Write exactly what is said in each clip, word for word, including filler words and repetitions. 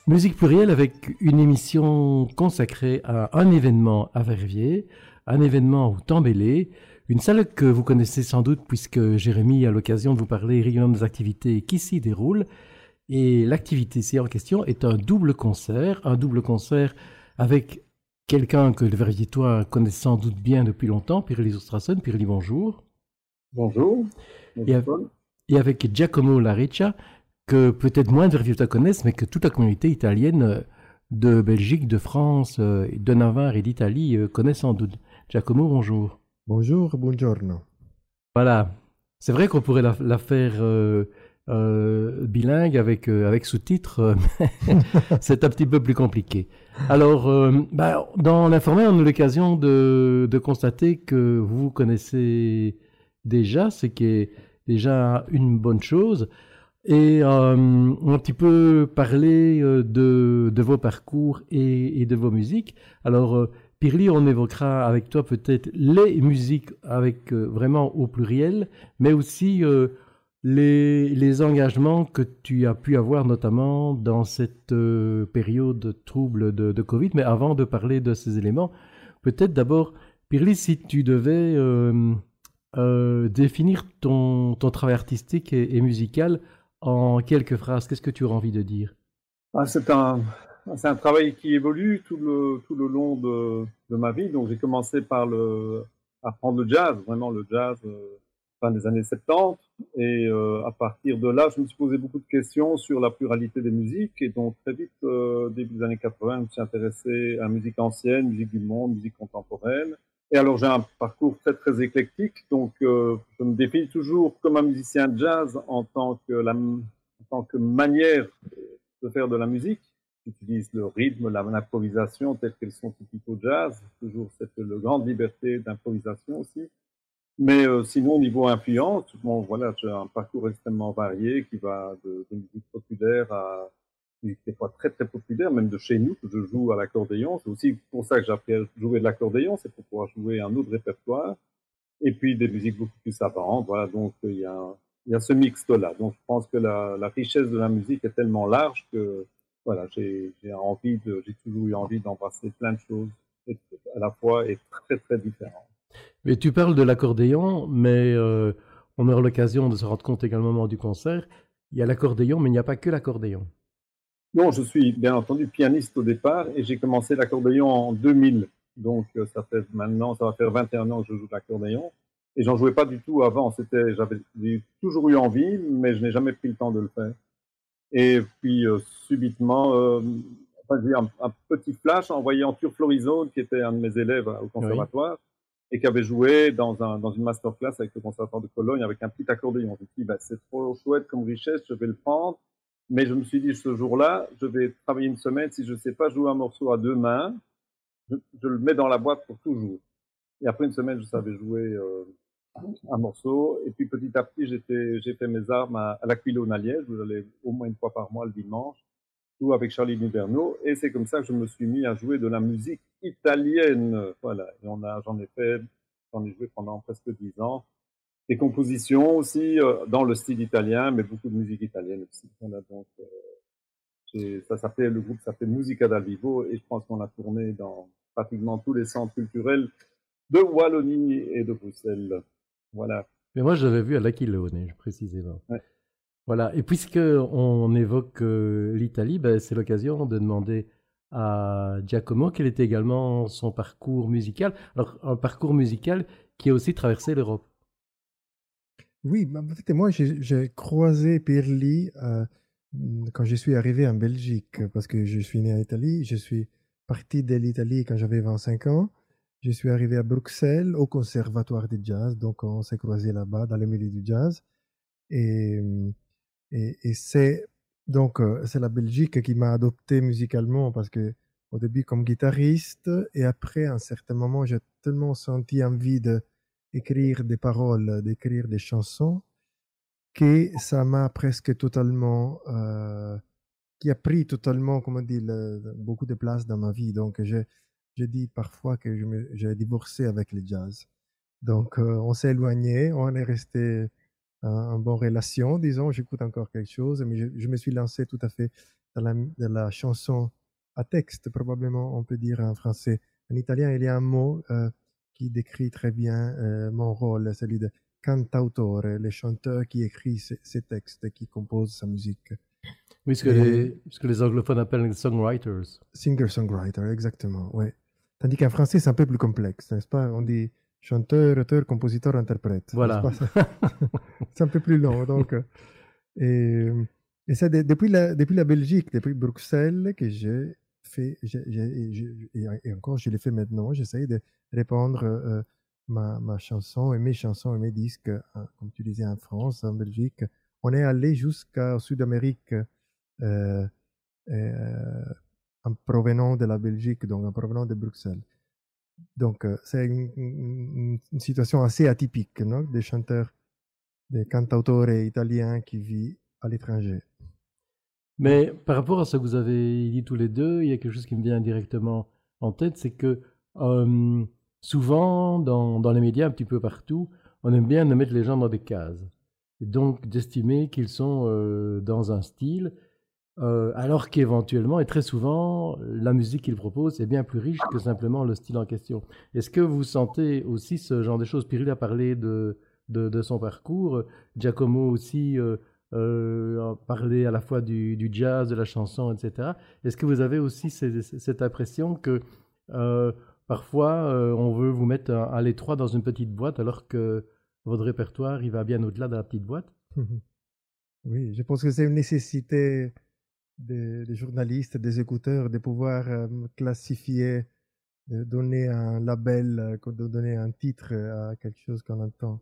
Musique plurielle avec une émission consacrée à un événement à Verviers, un événement au Temps-Bellé, une salle que vous connaissez sans doute puisque Jérémy a l'occasion de vous parler régulièrement des activités qui s'y déroulent. Et l'activité ici en question est un double concert, un double concert avec quelqu'un que le Verviétois connaît sans doute bien depuis longtemps, Pirelli Ostrassen. Pirelli, bonjour. Bonjour. Et, av- et avec Giacomo Lareccia, que peut-être moins de Verviétois connaissent, mais que toute la communauté italienne euh, de Belgique, de France, euh, de Navarre et d'Italie euh, connaît sans doute. Giacomo, bonjour. Bonjour, buongiorno. Voilà. C'est vrai qu'on pourrait la, la faire euh, euh, bilingue avec, euh, avec sous-titres, euh, mais c'est un petit peu plus compliqué. Alors, euh, bah, dans l'informel, on a l'occasion de, de constater que vous vous connaissez déjà, ce qui est déjà une bonne chose. Et euh, on a un petit peu parlé euh, de, de vos parcours et, et de vos musiques. Alors, euh, Pirli, on évoquera avec toi peut-être les musiques avec euh, vraiment au pluriel, mais aussi euh, les, les engagements que tu as pu avoir notamment dans cette euh, période trouble de, de Covid. Mais avant de parler de ces éléments, peut-être d'abord, Pirli, si tu devais euh, euh, définir ton, ton travail artistique et, et musical en quelques phrases, qu'est-ce que tu aurais envie de dire? Ah, c'est un, c'est un travail qui évolue tout le, tout le long de, de ma vie. Donc, j'ai commencé par le, apprendre le jazz, vraiment le jazz, euh, fin des années soixante-dix. Et euh, à partir de là, je me suis posé beaucoup de questions sur la pluralité des musiques. Et donc, très vite, euh, début des années quatre-vingts, je me suis intéressé à la musique ancienne, musique du monde, musique contemporaine. Et alors, j'ai un parcours très, très éclectique. Donc, euh, je me définis toujours comme un musicien de jazz en tant que, la, en tant que manière de faire de la musique. J'utilise le rythme, l'improvisation telles qu'elles sont typiques au jazz. Toujours cette le grande liberté d'improvisation aussi. Mais euh, sinon, au niveau influence, bon, voilà, j'ai un parcours extrêmement varié qui va de, de musique populaire à musique des fois très très populaire, même de chez nous, que je joue à l'accordéon. C'est aussi pour ça que j'ai appris à jouer de l'accordéon, c'est pour pouvoir jouer un autre répertoire. Et puis des musiques beaucoup plus savantes, voilà, donc il y a, il y a ce mixte-là. Donc je pense que la, la richesse de la musique est tellement large que voilà, j'ai j'ai envie de, j'ai toujours eu envie d'embrasser plein de choses et à la fois et très très différentes. Mais tu parles de l'accordéon, mais euh, on aura l'occasion de se rendre compte également au moment du concert. Il y a l'accordéon, mais il n'y a pas que l'accordéon. Non, je suis bien entendu pianiste au départ et j'ai commencé l'accordéon en deux mille. Donc euh, ça fait maintenant, ça va faire vingt et un ans que je joue de l'accordéon. Et j'en jouais pas du tout avant. C'était, j'avais j'ai toujours eu envie, mais je n'ai jamais pris le temps de le faire. Et puis euh, subitement, euh, enfin, j'ai eu un, un petit flash en voyant Tur Florizone, qui était un de mes élèves au Oui. conservatoire, et qui avait joué dans, un, dans une masterclass avec le conservatoire de Cologne avec un petit accordéon. Je me suis dit, bah, c'est trop chouette comme richesse, je vais le prendre. Mais je me suis dit, ce jour-là, je vais travailler une semaine. Si je ne sais pas jouer un morceau à deux mains, je, je le mets dans la boîte pour toujours. Et après une semaine, je savais jouer euh, un morceau. Et puis petit à petit, j'étais, j'ai fait mes armes à, à l'Aquilone à Liège, où j'allais au moins une fois par mois le dimanche, tout avec Charlie Nuberno. Et c'est comme ça que je me suis mis à jouer de la musique italienne. Voilà. Et on a, j'en ai fait, j'en ai joué pendant presque dix ans. Des compositions aussi euh, dans le style italien, mais beaucoup de musique italienne aussi. Voilà, donc euh, j'ai- ça s'appelait, le groupe s'appelait Musica dal Vivo et je pense qu'on a tourné dans pratiquement tous les centres culturels de Wallonie et de Bruxelles. Voilà. Mais moi, je l'avais vu à l'Aquilone, précisément. Ouais. Voilà. Et puisque on évoque euh, l'Italie, ben, c'est l'occasion de demander à Giacomo quel était également son parcours musical. Alors, un parcours musical qui a aussi traversé l'Europe. Oui, bah, en fait, moi, j'ai j'ai croisé Pirli euh, mm, quand je suis arrivé en Belgique, euh, parce que je suis né en Italie. Je suis parti de l'Italie quand j'avais vingt-cinq ans. Je suis arrivé à Bruxelles, au conservatoire de jazz. Donc, on s'est croisé là-bas, dans le milieu du jazz. Et, mm, et, et c'est donc euh, c'est la Belgique qui m'a adopté musicalement, parce que au début comme guitariste, et après, à un certain moment, j'ai tellement senti envie de écrire des paroles, d'écrire des chansons, que ça m'a presque totalement, euh, qui a pris totalement, comment dire, le- le- beaucoup de place dans ma vie. Donc, je, je dis parfois que je me- j'ai divorcé avec le jazz. Donc, euh, on s'est éloigné, on est resté en, en bonne relation, disons. J'écoute encore quelque chose, mais je, je me suis lancé tout à fait de la, de la chanson à texte, probablement on peut dire en français. En italien, il y a un mot euh, qui décrit très bien euh, mon rôle, celui de cantautore, le chanteur qui écrit ses, ses textes, qui compose sa musique. Oui, ce que, Et les, ce que les anglophones appellent les songwriters. singer-songwriter, exactement, oui. Tandis qu'en français, c'est un peu plus complexe, n'est-ce pas? On dit chanteur, auteur, compositeur, interprète. Voilà. C'est un peu plus long, donc... euh, Et, et c'est de- depuis, la, depuis la Belgique, depuis Bruxelles, que j'ai fait, j'ai- j'ai- j'ai- et, et encore je l'ai fait maintenant, j'essaie de répandre euh, ma, ma chanson et mes chansons et mes disques, euh, comme tu disais, en France, en Belgique. On est allé jusqu'au Sud-Amérique euh, euh, en provenant de la Belgique, donc en provenant de Bruxelles. Donc euh, c'est une, une- une situation assez atypique, non? Des chanteurs, des cantautores italiens qui vivent à l'étranger. Mais par rapport à ce que vous avez dit tous les deux, il y a quelque chose qui me vient directement en tête, c'est que euh, souvent dans, dans les médias, un petit peu partout, on aime bien de mettre les gens dans des cases. Et donc d'estimer qu'ils sont euh, dans un style, euh, alors qu'éventuellement, et très souvent, la musique qu'ils proposent est bien plus riche que simplement le style en question. Est-ce que vous sentez aussi ce genre de choses? Piril a parlé de, de, de son parcours, Giacomo aussi euh, euh, a parlé à la fois du, du jazz, de la chanson, et cetera. Est-ce que vous avez aussi ces- cette impression que euh, parfois euh, on veut vous mettre à, à l'étroit dans une petite boîte alors que votre répertoire il va bien au-delà de la petite boîte? Oui, je pense que c'est une nécessité des, des journalistes, des écouteurs, de pouvoir euh, classifier, de donner un label, euh, de donner un titre à quelque chose qu'on entend.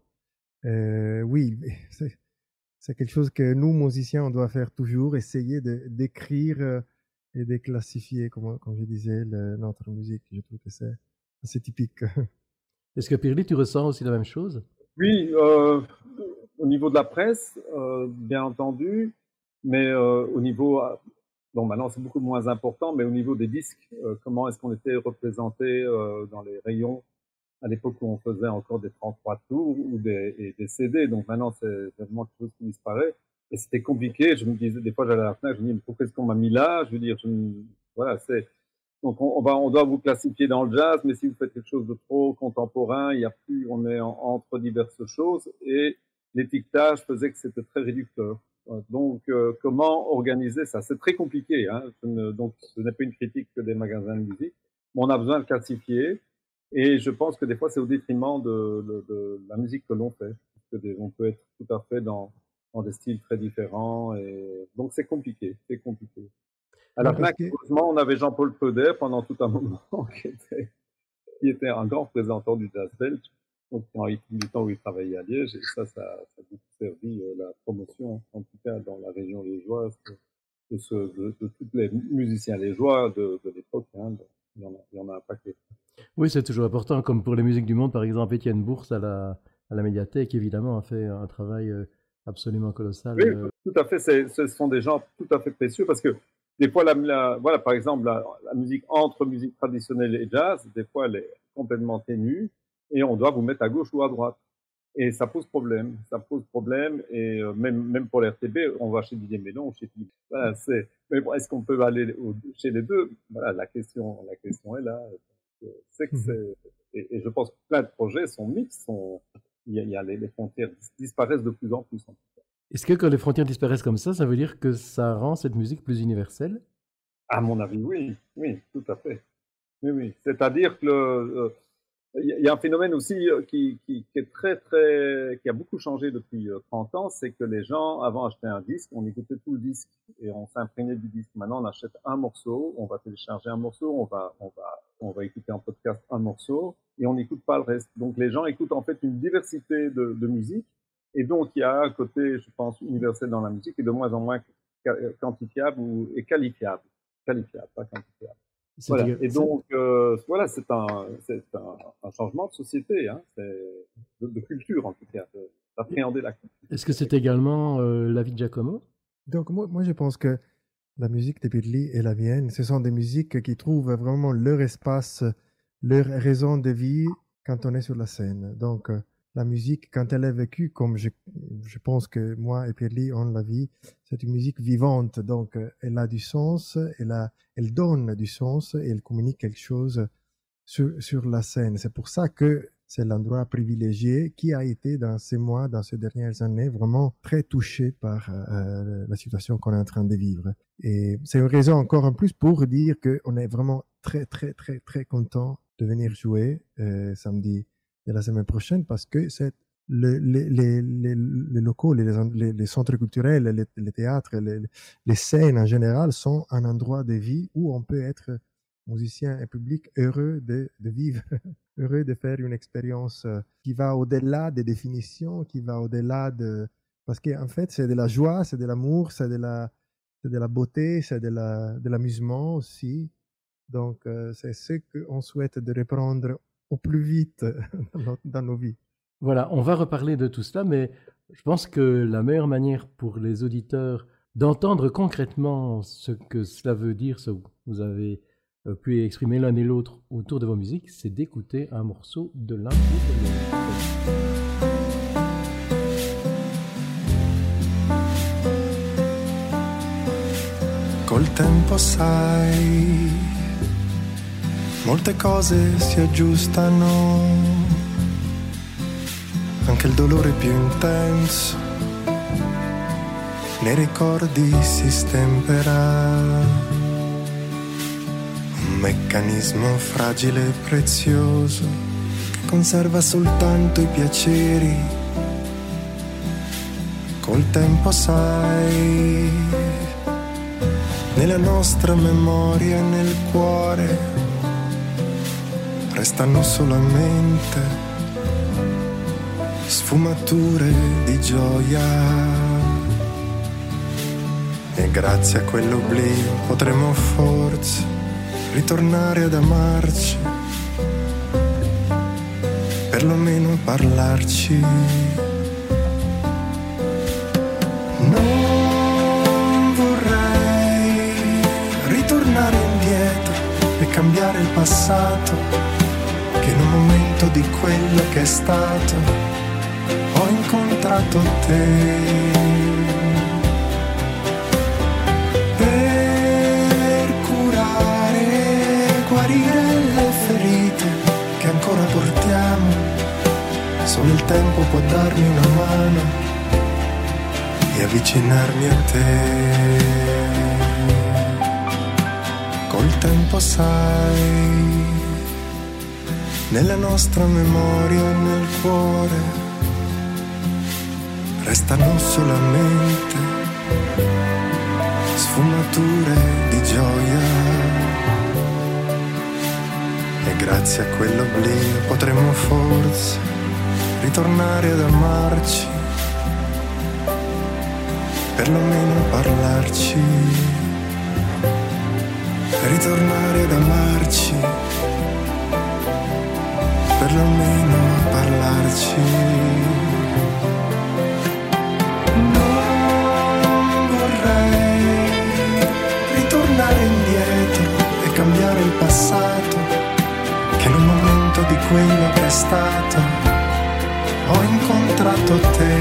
Euh, oui, c'est c'est quelque chose que nous, musiciens, on doit faire toujours, essayer de d'écrire euh, et de classifier, comme, comme je disais, le- notre musique. Je trouve que c'est assez typique. Est-ce que Pirli, tu ressens aussi la même chose? Oui, euh, au niveau de la presse, euh, bien entendu, mais euh, au niveau, euh, bon maintenant c'est beaucoup moins important, mais au niveau des disques, euh, comment est-ce qu'on était représenté euh, dans les rayons à l'époque où on faisait encore des trente-trois tours ou des, et des C D, donc maintenant c'est vraiment quelque chose qui disparaît. Et c'était compliqué, je me disais, des fois j'allais à la fenêtre, je me disais, mais pourquoi est-ce qu'on m'a mis là? Je veux dire, je, voilà, c'est... Donc on, on, va, on doit vous classifier dans le jazz, mais si vous faites quelque chose de trop contemporain, il y a plus, on est en, entre diverses choses, et l'étiquetage faisait que c'était très réducteur. Donc euh, comment organiser ça? C'est très compliqué, hein. Je ne, donc ce n'est pas une critique que des magasins de musique, mais on a besoin de classifier, et je pense que des fois c'est au détriment de, de, de la musique que l'on fait, parce que des, on peut être tout à fait dans, dans des styles très différents, et donc c'est compliqué, c'est compliqué. À la Oui, parce FNAC, que heureusement, on avait Jean-Paul Peudet pendant tout un moment, qui était, qui était un grand représentant du jazz belge, donc dans du temps où il travaillait à Liège, et ça, ça, ça a beaucoup servi euh, la promotion, en tout cas dans la région liégeoise, de, de, ce, de, de tous les musiciens liégeois de, de l'époque. Hein, il, y en a, il y en a un paquet. Oui, c'est toujours important, comme pour les musiques du monde, par exemple, Étienne Bourse à la, à la médiathèque, évidemment, a fait un travail euh, absolument colossal. Oui, euh. tout à fait, c'est, ce sont des gens tout à fait précieux, parce que des fois, la, la, voilà, par exemple, la, la musique entre musique traditionnelle et jazz, des fois, elle est complètement ténue, et on doit vous mettre à gauche ou à droite. Et ça pose problème, ça pose problème, et euh, même, même pour l'R T B, on va chez Didier Mélon, chez Philippe. Voilà, c'est, mais bon, est-ce qu'on peut aller au, chez les deux? Voilà, la question, la question est là. C'est que c'est, et, et je pense que plein de projets sont mixtes, sont, il y a, il y a les, les frontières disparaissent de plus en plus. En tout cas. Est-ce que quand les frontières disparaissent comme ça, ça veut dire que ça rend cette musique plus universelle? À mon avis, oui, oui, tout à fait. Oui, oui. C'est-à-dire que le, euh, il y a un phénomène aussi qui, qui, qui est très, très, qui a beaucoup changé depuis trente ans, c'est que les gens, avant, achetaient un disque, on écoutait tout le disque et on s'imprégnait du disque. Maintenant, on achète un morceau, on va télécharger un morceau, on va, on va, on va écouter en podcast un morceau et on n'écoute pas le reste. Donc, les gens écoutent en fait une diversité de, de musique et donc il y a un côté, je pense, universel dans la musique et de moins en moins quantifiable ou, et qualifiable. Qualifiable, pas quantifiable. Voilà. Et donc, euh, voilà, c'est un, c'est un, un changement de société, hein, de, de culture en tout cas, d'appréhender la culture. Est-ce que c'est également euh, l'avis de Giacomo? Donc moi, moi, je pense que la musique de Pirli et la mienne, ce sont des musiques qui trouvent vraiment leur espace, leur raison de vie quand on est sur la scène. Donc, la musique, quand elle est vécue, comme je, je pense que moi et Pierre-Louis, on la vit, c'est une musique vivante. Donc, euh, elle a du sens, elle, a, elle donne du sens et elle communique quelque chose sur, sur la scène. C'est pour ça que c'est l'endroit privilégié qui a été dans ces mois, dans ces dernières années, vraiment très touché par euh, la situation qu'on est en train de vivre. Et c'est une raison encore en plus pour dire qu'on est vraiment très, très, très, très content de venir jouer euh, samedi de la semaine prochaine parce que c'est le, les, les, les, les locaux, les, les, les centres culturels, les, les théâtres, les, les scènes en général sont un endroit de vie où on peut être musicien et public heureux de, de vivre, heureux de faire une expérience qui va au-delà des définitions, qui va au-delà de... Parce qu'en fait, c'est de la joie, c'est de l'amour, c'est de la, c'est de la beauté, c'est de, la, de l'amusement aussi. Donc, euh, c'est ce qu'on souhaite de reprendre au plus vite dans, nos, dans nos vies. Voilà, on va reparler de tout cela, mais je pense que la meilleure manière pour les auditeurs d'entendre concrètement ce que cela veut dire, ce que vous avez pu exprimer l'un et l'autre autour de vos musiques, c'est d'écouter un morceau de l'un ou de l'autre. Col tempo sai, molte cose si aggiustano, anche il dolore più intenso, nei ricordi si stemperà. Un meccanismo fragile e prezioso che conserva soltanto i piaceri. Col tempo sai, nella nostra memoria e nel cuore restano solamente sfumature di gioia. E grazie a quell'oblio potremo forse ritornare ad amarci, perlomeno parlarci. Non vorrei ritornare indietro e cambiare il passato, che in un momento di quello che è stato ho incontrato te. Le ferite che ancora portiamo, solo il tempo può darmi una mano e avvicinarmi a te. Col tempo sai, nella nostra memoria e nel cuore restano solamente sfumature di gioia. E grazie a quell'oblio potremo forse ritornare ad amarci, perlomeno parlarci, ritornare ad amarci, perlomeno parlarci. Non vorrei ritornare indietro e cambiare il passato, che in un momento di quello che è stato ho incontrato te.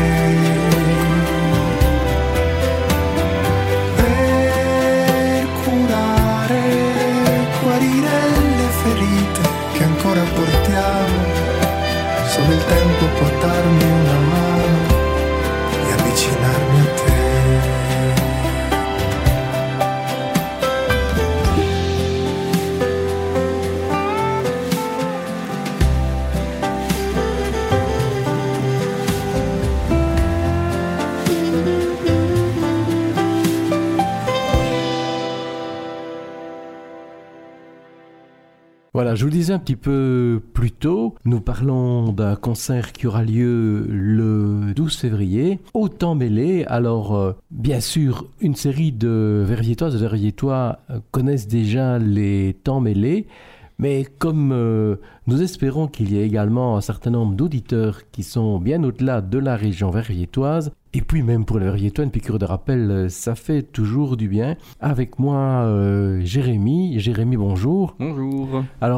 Per curare, guarire le ferite che ancora portiamo, solo il tempo può darmi una mano e avvicinarmi a te. Voilà, je vous le disais un petit peu plus tôt, nous parlons d'un concert qui aura lieu le douze février au Temps Mêlé. Alors, euh, bien sûr, une série de Verviétoises et de Verviétois connaissent déjà les Temps Mêlés, mais comme euh, nous espérons qu'il y ait également un certain nombre d'auditeurs qui sont bien au-delà de la région verviétoise, et puis même pour les Verviétois, une piqûre de rappel, ça fait toujours du bien. Avec moi, euh, Jérémy. Jérémy, bonjour. Bonjour. Alors,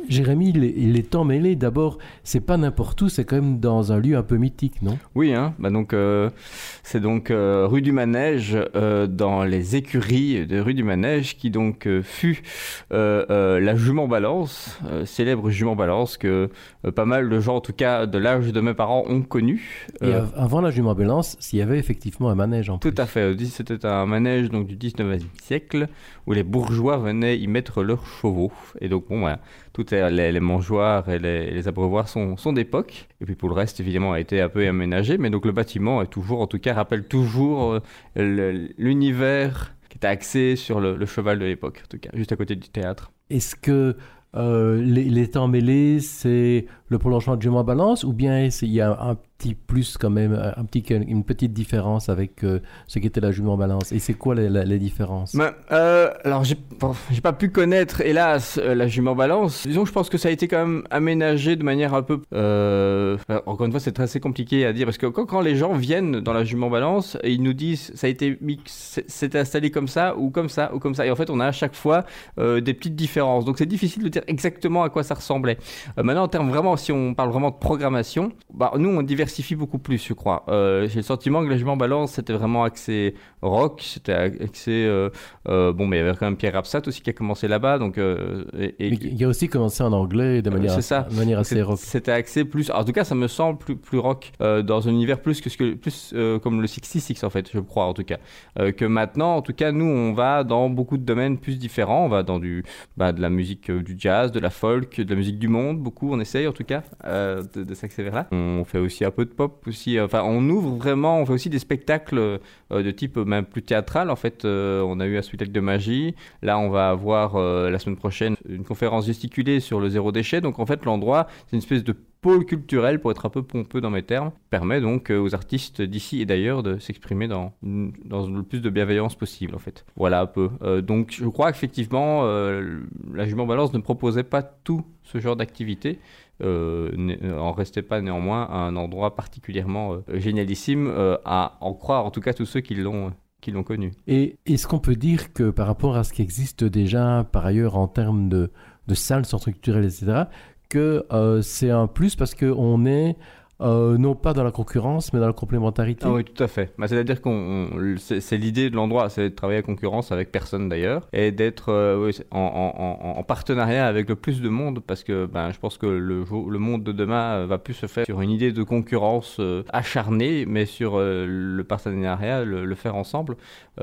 Jérémy, les, les temps mêlés, d'abord, c'est pas n'importe où, c'est quand même dans un lieu un peu mythique, non? Oui, hein, bah donc, euh, c'est donc euh, rue du Manège, euh, dans les écuries de rue du Manège, qui donc euh, fut euh, euh, la jument balance, euh, célèbre jument balance que euh, pas mal de gens, en tout cas de l'âge de mes parents, ont connu. Et Euh, av- avant la jument balance, il y avait effectivement un manège en Tout plus. à fait. C'était un manège donc, du dix-neuvième siècle où les bourgeois venaient y mettre leurs chevaux. Et donc, bon, voilà, toutes les, les, les mangeoires et les, les abreuvoirs sont, sont d'époque. Et puis pour le reste, évidemment, a été un peu aménagé. Mais donc, le bâtiment est toujours, en tout cas, rappelle toujours euh, le- l'univers qui était axé sur le, le cheval de l'époque, en tout cas, juste à côté du théâtre. Est-ce que euh, les, les temps mêlés, c'est le prolongement de jument balance ou bien c'est- il y a un, un petit plus quand même, un petit, une petite différence avec euh, ce qu'était la jument balance? Et c'est quoi les, les- les différences? Ben, euh, alors, j'ai bon, j'ai pas pu connaître, hélas, euh, la jument balance. Disons que je pense que ça a été quand même aménagé de manière un peu... euh, enfin, encore une fois, c'est assez compliqué à dire, parce que quand, quand les gens viennent dans la jument balance, ils nous disent ça a été mis, c'est c'est installé comme ça, ou comme ça, ou comme ça. Et en fait, on a à chaque fois euh, des petites différences. Donc, c'est difficile de dire exactement à quoi ça ressemblait. Euh, maintenant, en termes vraiment, si on parle vraiment de programmation, bah, nous, on diversifie beaucoup plus, je crois. Euh, j'ai le sentiment que la jument balance, c'était vraiment axé rock, c'était axé... Euh, euh, bon, mais il y avait quand même Pierre Absat aussi qui a commencé là-bas, donc... Euh, et, et- Mais il y a aussi commencé en anglais de Euh, manière, c'est assez, ça. de manière assez C'est- rock. C'était axé plus... En tout cas, ça me semble plus, plus rock, euh, dans un univers plus, que ce que, plus euh, comme le six six six, en fait, je crois, en tout cas. Euh, que maintenant, en tout cas, nous, on va dans beaucoup de domaines plus différents. On va dans du, bah, de la musique, euh, du jazz, de la folk, de la musique du monde, beaucoup, on essaye, en tout cas, euh, de, de s'axer vers là. On fait aussi un peu de pop, aussi. Enfin, on ouvre vraiment, on fait aussi des spectacles euh, de type euh, même plus théâtral, en fait. Euh, on a eu un spectacle de magie. Là, on va avoir, euh, la semaine prochaine, une conférence gesticulée sur le zéro déchet. Donc, en fait, l'endroit, c'est une espèce de pôle culturel, pour être un peu pompeux dans mes termes, permet donc euh, aux artistes d'ici et d'ailleurs de s'exprimer dans, dans le plus de bienveillance possible, en fait. Voilà un peu. Euh, donc, je crois qu'effectivement, euh, la jument balance ne proposait pas tout ce genre d'activité. Euh, né- en restait pas néanmoins à un endroit particulièrement euh, génialissime, euh, à en croire en tout cas tous ceux qui l'ont qui l'ont connu. Et est-ce qu'on peut dire que par rapport à ce qui existe déjà par ailleurs en termes de, de salles, centres culturels, et cetera, que euh, c'est un plus parce qu'on est euh, non pas dans la concurrence, mais dans la complémentarité? Ah oui, tout à fait. Bah, c'est-à-dire qu'on, on- c'est, c'est l'idée de l'endroit, c'est de travailler à concurrence avec personne d'ailleurs, et d'être euh, oui, en, en, en, en partenariat avec le plus de monde, parce que ben, je pense que le, jour- le monde de demain euh, va plus se faire sur une idée de concurrence euh, acharnée, mais sur euh, le partenariat, le, le faire ensemble.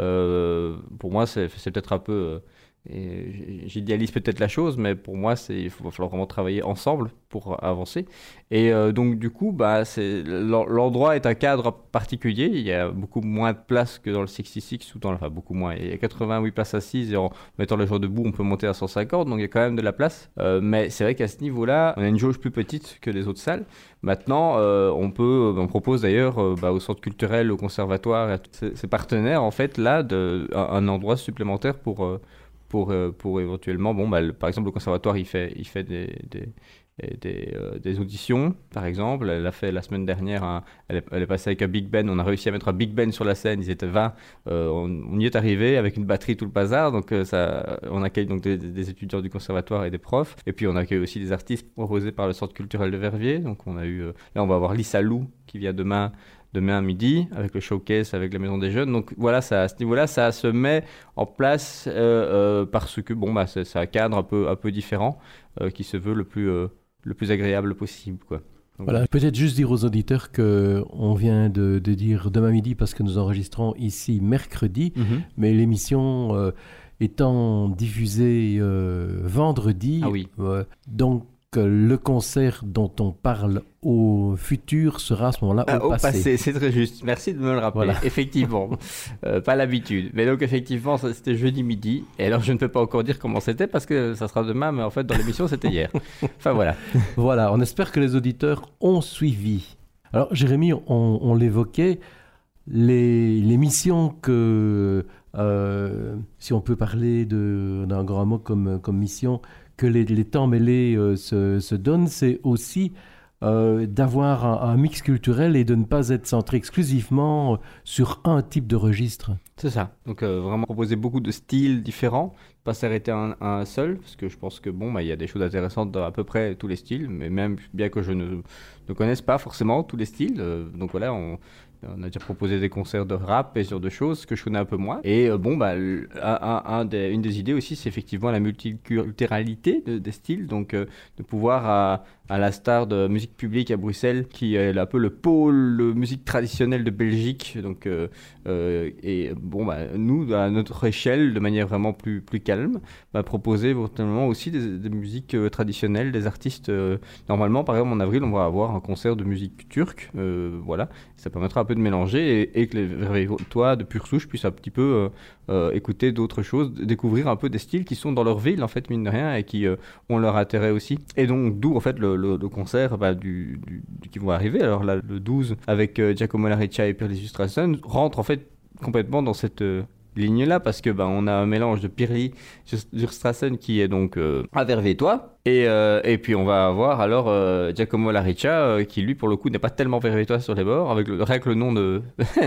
Euh, pour moi, c'est, c'est peut-être un peu... euh, et j'idéalise peut-être la chose, mais pour moi, c'est, il faut- va falloir vraiment travailler ensemble pour avancer. Et euh, donc, du coup, bah, c'est, l'en- l'endroit est un cadre particulier. Il y a beaucoup moins de place que dans le six six six, ou dans, enfin, beaucoup moins. Il y a quatre-vingt-huit places assises, et en mettant les gens debout, on peut monter à cent cinquante, donc il y a quand même de la place. Euh, mais c'est vrai qu'à ce niveau-là, on a une jauge plus petite que les autres salles. Maintenant, euh, on peut, on propose d'ailleurs euh, bah, au centre culturel, au conservatoire, à tous ces, ces partenaires, en fait, là, de, un, un endroit supplémentaire pour... euh, pour, euh, pour éventuellement, bon, bah, le- par exemple, le conservatoire, il fait, il fait des, des, et des, euh, des auditions, par exemple. Elle a fait la semaine dernière, un- elle, est, elle est passée avec un Big Ben, on a réussi à mettre un Big Ben sur la scène, ils étaient vingt, euh, on, on y est arrivé avec une batterie, tout le bazar, donc euh, ça, on accueille donc des, des étudiants du conservatoire et des profs, et puis on accueille aussi des artistes proposés par le Centre culturel de Verviers, donc on a eu, euh, là on va avoir Lisa Lou qui vient demain, demain à midi, avec le showcase, avec la Maison des Jeunes. Donc voilà, ça, à ce niveau-là, ça se met en place euh, euh, parce que bon, bah, c'est, c'est un cadre un peu, un peu différent euh, qui se veut le plus, euh, le plus agréable possible, quoi. Donc, Voilà, peut-être juste dire aux auditeurs qu'on vient de, de dire demain midi parce que nous enregistrons ici mercredi, Mhm. mais l'émission euh, étant diffusée euh, vendredi, Ah oui. euh, donc euh, le concert dont on parle au futur sera à ce moment-là Ah, au, au passé. passé, c'est très juste. Merci de me le rappeler. Voilà. Effectivement, Euh, pas l'habitude. Mais donc effectivement, ça, c'était jeudi midi. Et alors, je ne peux pas encore dire comment c'était parce que ça sera demain, mais en fait, dans l'émission, c'était hier. Enfin voilà. Voilà, on espère que les auditeurs ont suivi. Alors, Jérémy, on, on l'évoquait, les, les missions que, euh, si on peut parler de, d'un grand mot comme, comme mission, que les, les temps mêlés euh, se, se donnent, c'est aussi euh, d'avoir un, un mix culturel et de ne pas être centré exclusivement sur un type de registre. C'est ça. Donc euh, vraiment proposer beaucoup de styles différents, pas s'arrêter à un, à un seul, parce que je pense que bon, bah, il y a des choses intéressantes dans à peu près tous les styles, mais même bien que je ne, ne connaisse pas forcément tous les styles. Euh, donc voilà, on, on a déjà proposé des concerts de rap et ce genre de choses que je connais un peu moins. Et euh, bon, bah, un, un, un des, une des idées aussi, c'est effectivement la multiculturalité de, des styles, donc euh, de pouvoir à, à la star de musique publique à Bruxelles, qui est un peu le pôle de musique traditionnelle de Belgique. Donc, euh, euh, et bon, bah, nous, à notre échelle, de manière vraiment plus, plus calme, bah, proposer éventuellement aussi des, des musiques euh, traditionnelles, des artistes. Euh, normalement, par exemple, en avril, on va avoir un concert de musique turque. Euh, voilà, ça permettra un peu de mélanger et, et que les Vervétois de pure souche puissent un petit peu euh, euh, écouter d'autres choses, découvrir un peu des styles qui sont dans leur ville, en fait, mine de rien, et qui euh, ont leur intérêt aussi. Et donc, d'où, en fait, le, le, le concert bah, du, du, du, qui vont arriver. Alors là, le douze, avec euh, Giacomo Lariccia et Pirli Sustrassen, rentre, en fait, complètement dans cette... Euh, ligne-là, parce que bah, on a un mélange de Pirli Sustrassen qui est donc euh, un Vervétois, et, euh, et puis on va avoir alors euh, Giacomo Lariccia euh, qui lui pour le coup n'est pas tellement Vervétois sur les bords, avec le, rien que le nom de...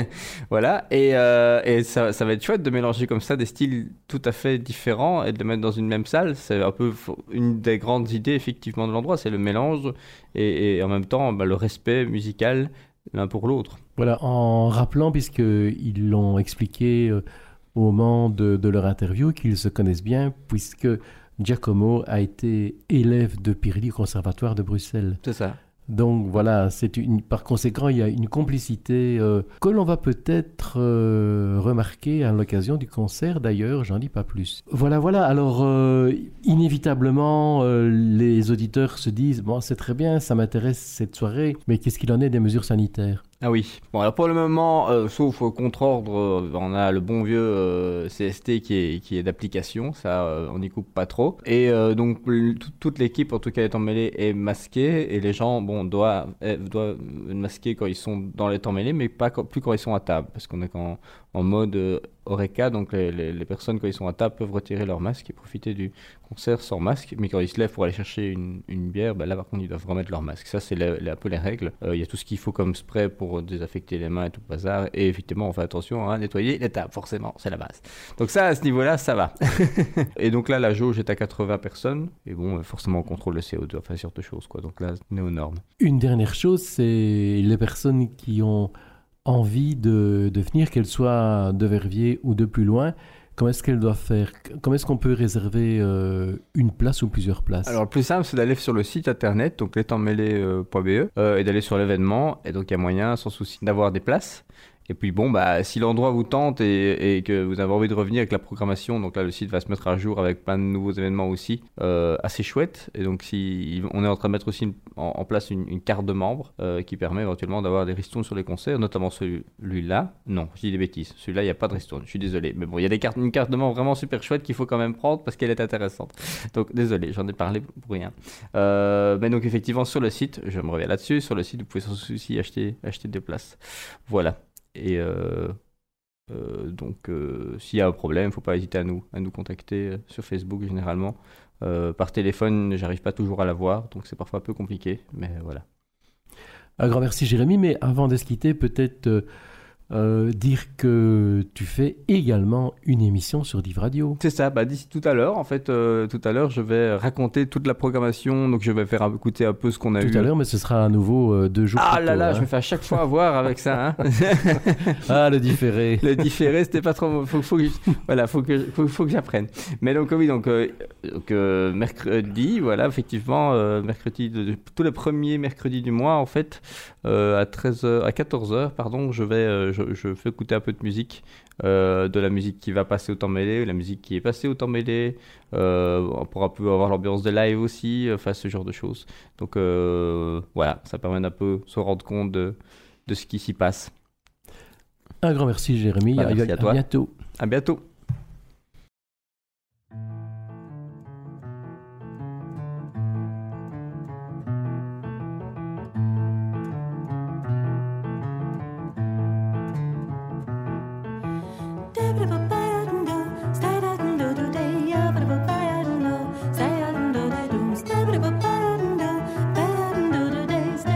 voilà, et, euh, et ça, ça va être chouette de mélanger comme ça des styles tout à fait différents et de les mettre dans une même salle. C'est un peu une des grandes idées effectivement de l'endroit, c'est le mélange et, et en même temps bah, le respect musical l'un pour l'autre. Voilà, en rappelant, puisqu'ils l'ont expliqué euh, au moment de, de leur interview, qu'ils se connaissent bien, puisque Giacomo a été élève de Pirli au Conservatoire de Bruxelles. C'est ça. Donc voilà, c'est une, par conséquent, il y a une complicité euh, que l'on va peut-être euh, remarquer à l'occasion du concert. D'ailleurs, j'en dis pas plus. Voilà, voilà. Alors, euh, inévitablement, euh, les auditeurs se disent « Bon, c'est très bien, ça m'intéresse cette soirée, mais qu'est-ce qu'il en est des mesures sanitaires ?» Ah oui. Bon, alors pour le moment, euh, sauf contre-ordre, euh, on a le bon vieux euh, C S T qui est, qui est d'application, ça, euh, on n'y coupe pas trop. Et euh, donc, l- tout- toute l'équipe, en tout cas étant mêlée, est masquée, et les gens, bon, doivent, eh, doivent masquer quand ils sont dans les temps mêlés, mais pas quand- plus quand ils sont à table, parce qu'on est en, en mode euh, Horeca, donc les, les, les personnes, quand ils sont à table, peuvent retirer leur masque et profiter du concert sans masque, mais quand ils se lèvent pour aller chercher une, une bière, ben là, par contre, ils doivent remettre leur masque. Ça, c'est le- le- un peu les règles. Euh, Il y a tout ce qu'il faut comme spray pour désinfecter les mains et tout le bazar. Et effectivement, on fait attention à nettoyer les tables, forcément, c'est la base. Donc ça, à ce niveau-là, ça va. Et donc là, la jauge est à quatre-vingts personnes. Et bon, forcément, on contrôle le C O deux, enfin, sorte de choses, quoi. Donc là, on est aux normes. Une dernière chose, c'est les personnes qui ont envie de, de venir, qu'elles soient de Verviers ou de plus loin. Comment est-ce qu'elles doivent faire? Comment est-ce qu'on peut réserver euh, une place ou plusieurs places? Alors, le plus simple, c'est d'aller sur le site internet, donc lestemsmêlés point b e, euh, et d'aller sur l'événement. Et donc, il y a moyen, sans souci, d'avoir des places. Et puis, bon, bah, si l'endroit vous tente et, et que vous avez envie de revenir avec la programmation, donc là, le site va se mettre à jour avec plein de nouveaux événements aussi, euh, assez chouettes. Et donc, si, on est en train de mettre aussi une, en, en place une, une carte de membre euh, qui permet éventuellement d'avoir des ristournes sur les concerts, notamment celui-là. Non, je dis des bêtises. Celui-là, il n'y a pas de ristourne. Je suis désolé. Mais bon, il y a des cartes, une carte de membre vraiment super chouette qu'il faut quand même prendre parce qu'elle est intéressante. Donc, désolé, j'en ai parlé pour rien. Euh, mais donc, effectivement, sur le site, je me reviens là-dessus, sur le site, vous pouvez sans souci acheter, acheter des places. Voilà. Et euh, euh, donc, euh, s'il y a un problème, il ne faut pas hésiter à nous, à nous contacter euh, sur Facebook généralement. Euh, par téléphone, j'arrive pas toujours à la voir, donc c'est parfois un peu compliqué, mais voilà. Un grand merci Jérémy, mais avant de se quitter, peut-être euh, euh, dire que tu fais également une émission sur Div Radio. C'est ça, bah, d'ici tout à l'heure, en fait, euh, tout à l'heure, je vais raconter toute la programmation, donc je vais faire écouter un peu ce qu'on a tout eu. Tout à l'heure, mais ce sera à nouveau euh, deux jours Ah plus là tôt, là, hein. je me fais à chaque fois avoir avec ça. Hein. Ah, le différé. Le différé, c'était pas trop... Faut, faut que, voilà, faut que, faut, faut que j'apprenne. Mais donc, oui, donc, euh, donc euh, mercredi, voilà, effectivement, euh, mercredi, de, de, tous les premiers mercredis du mois, en fait, euh, à treize heures, à quatorze heures, pardon, je vais... Euh, je, je fais écouter un peu de musique, euh, de la musique qui va passer au temps mêlé, la musique qui est passée au temps mêlé, euh, on pourra un peu avoir l'ambiance de live aussi, enfin ce genre de choses. Donc euh, voilà, ça permet d'un peu se rendre compte de, de ce qui s'y passe. Un grand merci Jérémy, Bah, à, merci à, à toi. à bientôt. À bientôt. Stay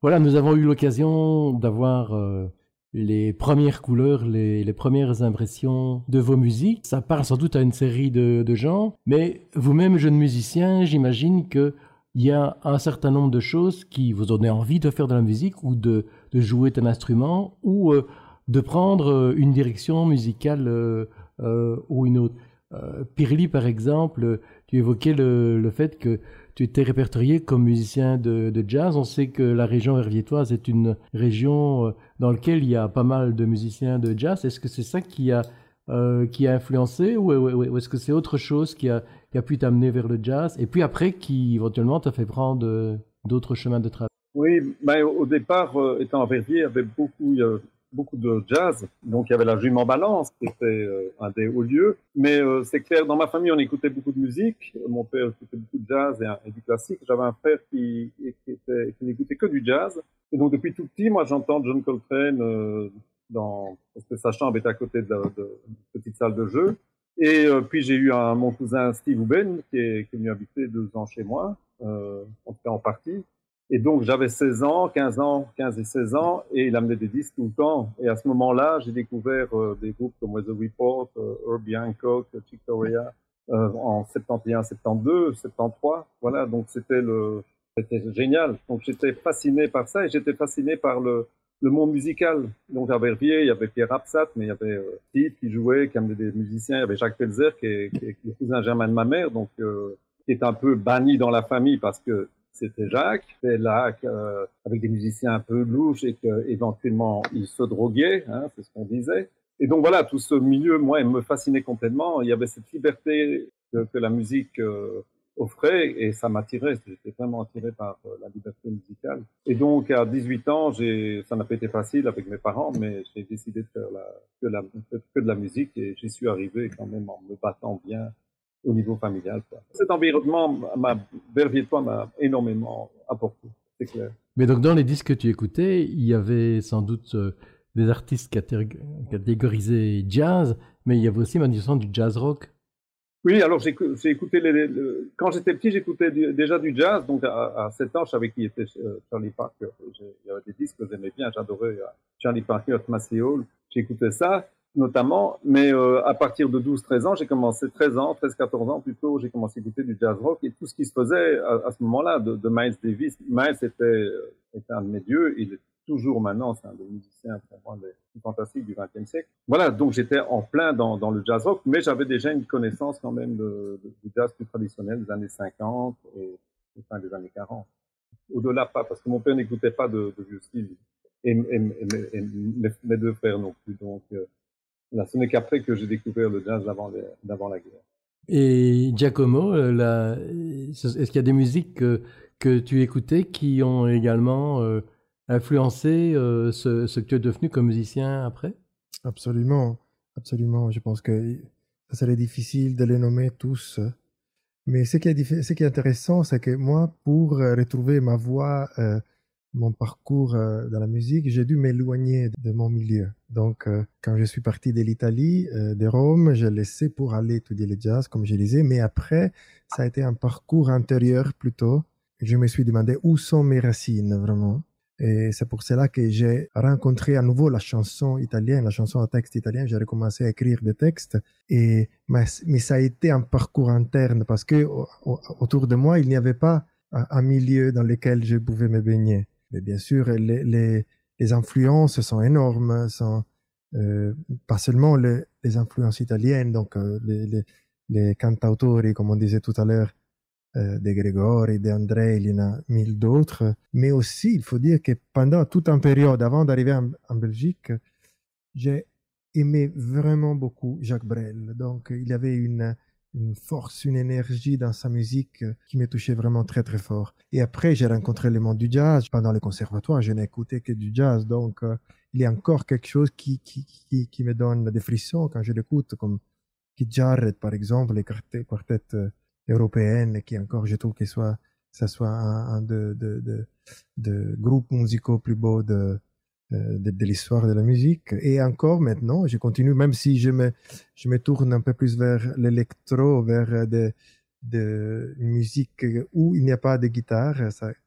voilà, nous avons eu l'occasion d'avoir euh, les premières couleurs, les, les premières impressions de vos musiques. Ça parle sans doute à une série de, de gens, mais vous-même, jeune musicien, j'imagine que il y a un certain nombre de choses qui vous donnent envie de faire de la musique ou de, de jouer un instrument ou euh, de prendre euh, une direction musicale euh, euh, ou une autre. Euh, Pirli, par exemple, tu évoquais le, le fait que tu étais répertorié comme musicien de, de jazz. On sait que la région verviétoise est une région euh, dans laquelle il y a pas mal de musiciens de jazz. Est-ce que c'est ça qui a, euh, qui a influencé ou, ou, ou est-ce que c'est autre chose qui a, qui a pu t'amener vers le jazz et puis après qui éventuellement t'a fait prendre euh, d'autres chemins de travail? Oui, ben, au départ, euh, étant à Verviers, il y avait beaucoup, il y avait beaucoup de jazz. Donc, il y avait la Jument Balance, qui était euh, un des hauts lieux. Mais euh, c'est clair, dans ma famille, on écoutait beaucoup de musique. Mon père écoutait beaucoup de jazz et, et du classique. J'avais un frère qui, qui, était, qui n'écoutait que du jazz. Et donc, depuis tout petit, moi, j'entends John Coltrane euh, dans, parce que sa chambre était à côté de, la, de, de petite salle de jeu. Et euh, puis, j'ai eu un, mon cousin Steve Houben, qui est, qui est venu habiter deux ans chez moi, euh, en tout cas en partie. Et donc, j'avais seize ans, quinze ans, quinze et seize ans, et il amenait des disques tout le temps. Et à ce moment-là, j'ai découvert euh, des groupes comme Weather Report, euh, Herbie Hancock, Chick Corea, euh, en soixante et onze, soixante-douze, soixante-treize. Voilà, donc c'était le, c'était génial. Donc, j'étais fasciné par ça et j'étais fasciné par le, le monde musical. Donc, à Verviers, il y avait Pierre Absat, mais il y avait euh, Steve qui jouait, qui amenait des musiciens. Il y avait Jacques Pelzer, qui est, qui est le cousin germain de ma mère, donc euh, qui est un peu banni dans la famille parce que c'était Jacques, c'était là euh, avec des musiciens un peu louches et qu'éventuellement il se droguait, hein, c'est ce qu'on disait. Et donc voilà, tout ce milieu, moi, il me fascinait complètement. Il y avait cette liberté que, que la musique euh, offrait et ça m'attirait. J'étais vraiment attiré par euh, la liberté musicale. Et donc à dix-huit ans, j'ai, ça n'a pas été facile avec mes parents, mais j'ai décidé de faire la, que, la, que de la musique et j'y suis arrivé quand même en me battant bien au niveau familial, quoi. Cet environnement, ma Verviétois m'a énormément apporté, c'est clair. Mais donc dans les disques que tu écoutais, il y avait sans doute euh, des artistes catég- catégorisés jazz, mais il y avait aussi manifestement du jazz rock. Oui, alors j'ai, j'ai écouté, les, les, les, quand j'étais petit, j'écoutais du, déjà du jazz, donc à, à sept ans, je savais qui était euh, Charlie Parker. J'ai, il y avait des disques que j'aimais bien, j'adorais euh, Charlie Parker, Massey Hall, j'écoutais ça notamment, mais euh, à partir de douze treize ans, j'ai commencé, treize ans, treize quatorze ans plutôt, j'ai commencé à écouter du jazz rock et tout ce qui se faisait à, à ce moment-là de, de Miles Davis. Miles était, était un de mes dieux, il est toujours maintenant, c'est un des musiciens pour moi les plus fantastiques du vingtième siècle. Voilà, donc j'étais en plein dans, dans le jazz rock, mais j'avais déjà une connaissance quand même de, de, du jazz plus traditionnel des années cinquante et fin des années quarante. Au-delà pas, parce que mon père n'écoutait pas de, de vieux style et, et, et, et, et mes deux frères non plus, donc euh, là, ce n'est qu'après que j'ai découvert le jazz d'avant, les, d'avant la guerre. Et Giacomo, la, est-ce qu'il y a des musiques que, que tu écoutais qui ont également euh, influencé euh, ce, ce que tu es devenu comme musicien après? Absolument, absolument. Je pense que ça serait difficile de les nommer tous. Mais ce qui est, ce qui est intéressant, c'est que moi, pour retrouver ma voix, euh, mon parcours euh, dans la musique, j'ai dû m'éloigner de mon milieu. Donc, euh, quand je suis parti de l'Italie, euh, de Rome, j'ai laissé pour aller étudier le jazz, comme je disais. Mais après, ça a été un parcours intérieur plutôt. Je me suis demandé où sont mes racines, vraiment. Et c'est pour cela que j'ai rencontré à nouveau la chanson italienne, la chanson à texte italien. J'ai recommencé à écrire des textes. Et, mais, mais ça a été un parcours interne parce que autour de moi, il n'y avait pas un, un milieu dans lequel je pouvais me baigner. Mais bien sûr, les, les, les influences sont énormes, sont, euh, pas seulement les, les influences italiennes, donc euh, les, les, les cantautori, comme on disait tout à l'heure, euh, de Gregori, de André, il y en a mille d'autres, mais aussi, il faut dire que pendant toute une période, avant d'arriver en, en Belgique, j'ai aimé vraiment beaucoup Jacques Brel. Donc, il y avait une... une force, une énergie dans sa musique qui me touchait vraiment très très fort. Et après, j'ai rencontré le monde du jazz. Pendant le conservatoire, je n'ai écouté que du jazz. Donc, euh, il y a encore quelque chose qui, qui, qui, qui me donne des frissons quand je l'écoute, comme Keith Jarrett, par exemple, les quartets, quartets euh, européennes, qui encore, je trouve que soit, ça soit un, un de, de, de, de groupes musicaux plus beaux de, De, de l'histoire de la musique. Et encore maintenant, je continue, même si je me, je me tourne un peu plus vers l'électro, vers de, de une musique où il n'y a pas de guitare. Ça,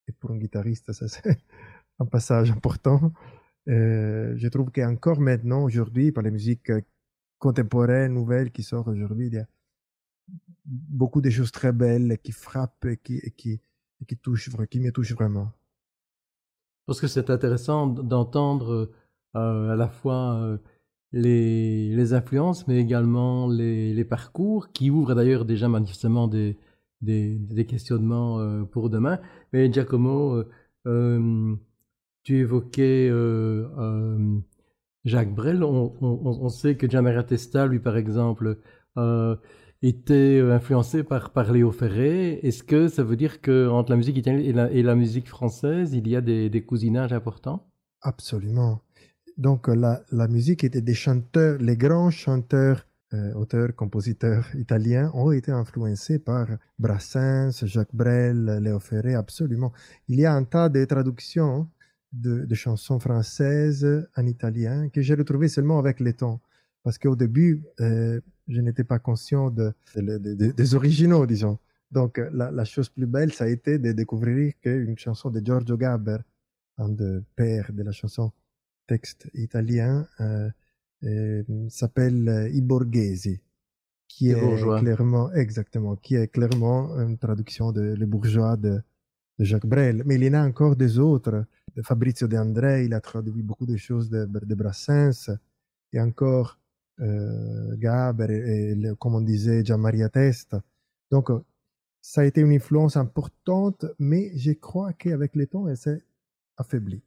et pour un guitariste, ça c'est un passage important. Euh, je trouve qu'encore maintenant, aujourd'hui, par les musiques contemporaines, nouvelles qui sortent aujourd'hui, il y a beaucoup de choses très belles qui frappent et qui, et qui, et qui, touchent, qui me touchent vraiment. Parce que c'est intéressant d'entendre euh, à la fois euh, les, les influences, mais également les, les parcours, qui ouvrent d'ailleurs déjà manifestement des, des, des questionnements euh, pour demain. Mais Giacomo, euh, euh, tu évoquais euh, euh, Jacques Brel. On, on, on sait que Gian Testa, lui par exemple, euh, était influencé par, par Léo Ferré. Est-ce que ça veut dire qu'entre la musique italienne et la, et la musique française, il y a des, des cousinages importants? Absolument. Donc la, la musique était des chanteurs, les grands chanteurs, euh, auteurs, compositeurs italiens ont été influencés par Brassens, Jacques Brel, Léo Ferré, absolument. Il y a un tas de traductions de, de chansons françaises en italien que j'ai retrouvées seulement avec le temps. Parce qu'au début, euh, je n'étais pas conscient de, de, de, de, des originaux, disons. Donc, la, la chose plus belle, ça a été de découvrir qu'une chanson de Giorgio Gaber, un des pères de la chanson texte italien, euh, euh, s'appelle I Borghesi, qui Les est bourgeois. clairement, exactement, qui est clairement une traduction de Les Bourgeois de, de Jacques Brel. Mais il y en a encore des autres. De Fabrizio De André, il a traduit beaucoup de choses de, de Brassens, et encore Euh, Gaber et, et, comme on disait, Gian Maria Testa. Donc, euh, ça a été une influence importante, mais je crois qu'avec le temps, elle s'est affaiblie.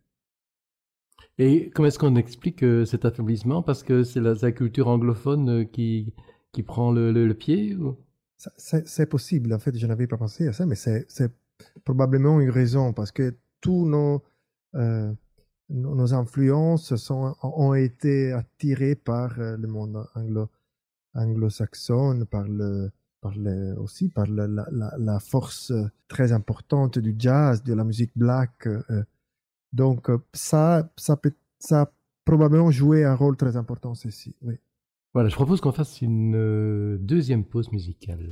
Et comment est-ce qu'on explique euh, cet affaiblissement? Parce que c'est la, la culture anglophone euh, qui, qui prend le, le, le pied ou... C'est possible, en fait, je n'avais pas pensé à ça, mais c'est probablement une raison, parce que tous nos... Euh, nos influences sont, ont été attirées par le monde anglo, anglo-saxon, par le, par le, aussi par le, la, la, la force très importante du jazz, de la musique black. Donc ça, ça, peut, ça a probablement joué un rôle très important ceci. Oui. Voilà, je propose qu'on fasse une euh, deuxième pause musicale.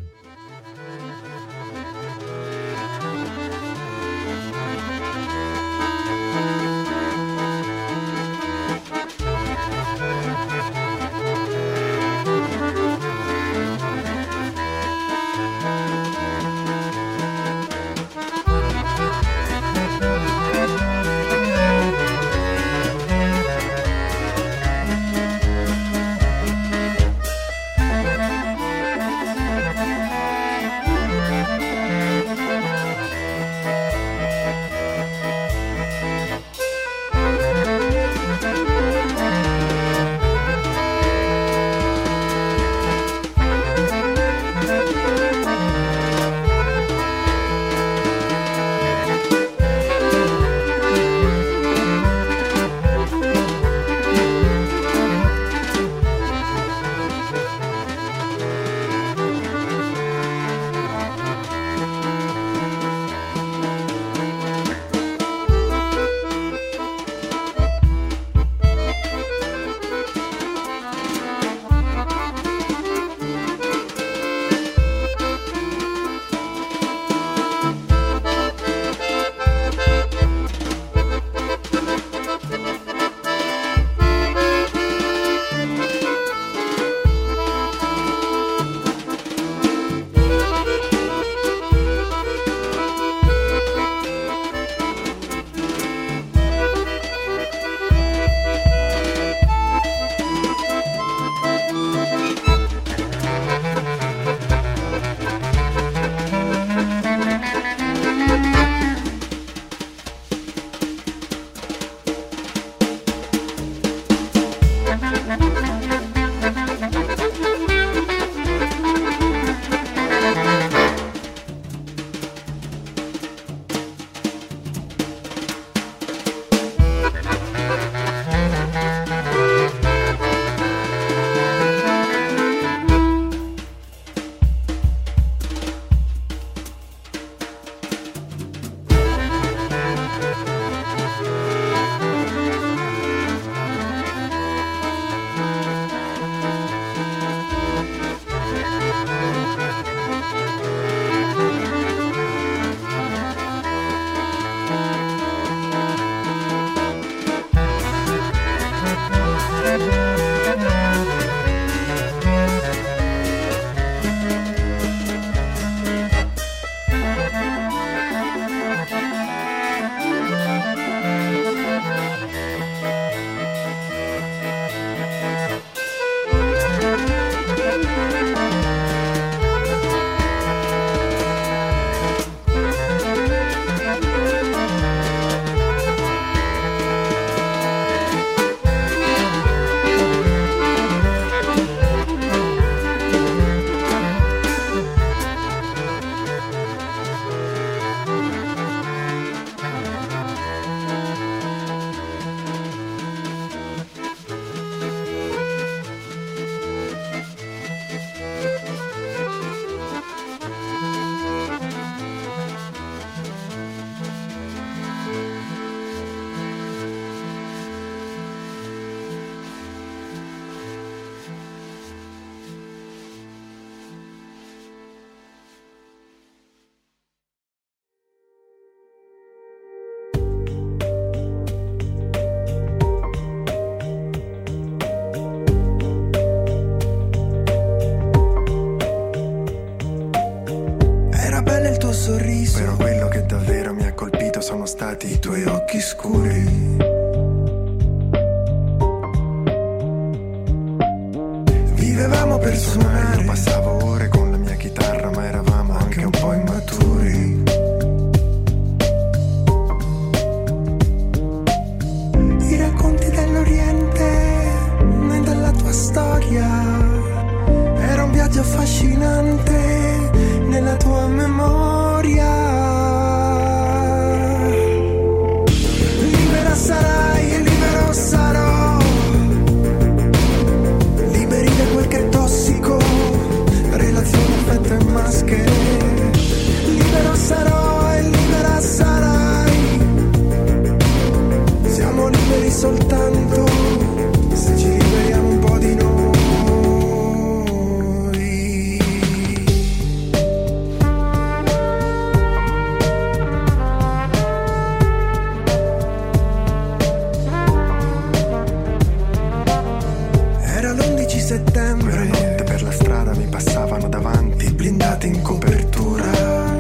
Era bello il tuo sorriso, però quello che davvero mi ha colpito sono stati i tuoi occhi scuri. Vivevamo per suonare, io passavo ore con la mia chitarra, ma eravamo anche un po' immaturi. I racconti dell'Oriente e della tua storia, era un viaggio affascinante nella tua memoria. Libera sarai e libero sarò, liberi da quel che è tossico, relazioni, affetto e maschere. Libero sarò e libera sarai, siamo liberi soltanto se ci liberiamo un po' di noi. Era l'undici settembre, quella notte per la strada mi passavano davanti, blindate in copertura.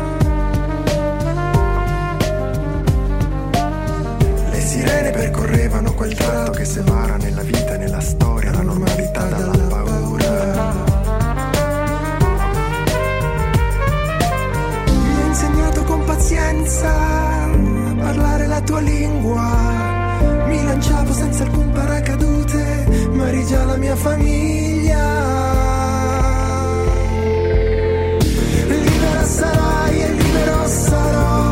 Le sirene percorrevano quel tratto che separa nella vita e nella storia la normalità dalla paura. Mi hai insegnato con pazienza a parlare la tua lingua. Mi lanciavo senza alcun paracadute, ma eri già la mia famiglia. Libera sarai e libero sarò,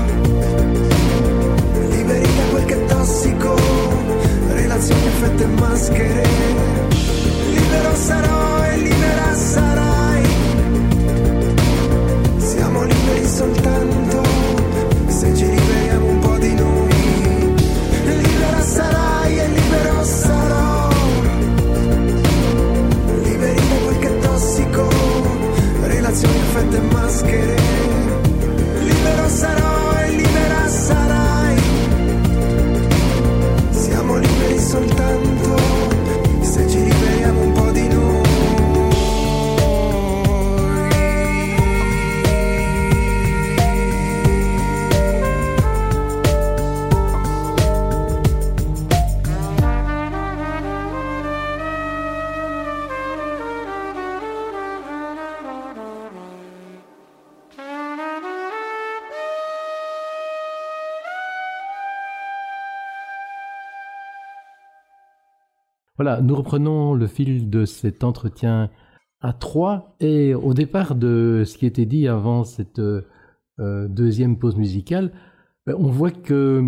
liberi da quel che è tossico, relazioni, affetto e maschere. Libero sarò e libera sarai, siamo liberi soltanto se ci liberiamo un po' di noi. Libera sarai e libero sarò, liberi da quel che è tossico, relazioni, affetto e maschere. Libero sarò e libera sarai, siamo liberi soltanto se ci liberiamo un po' di noi. Voilà, nous reprenons le fil de cet entretien à trois. Et au départ de ce qui était dit avant cette euh, deuxième pause musicale, on voit que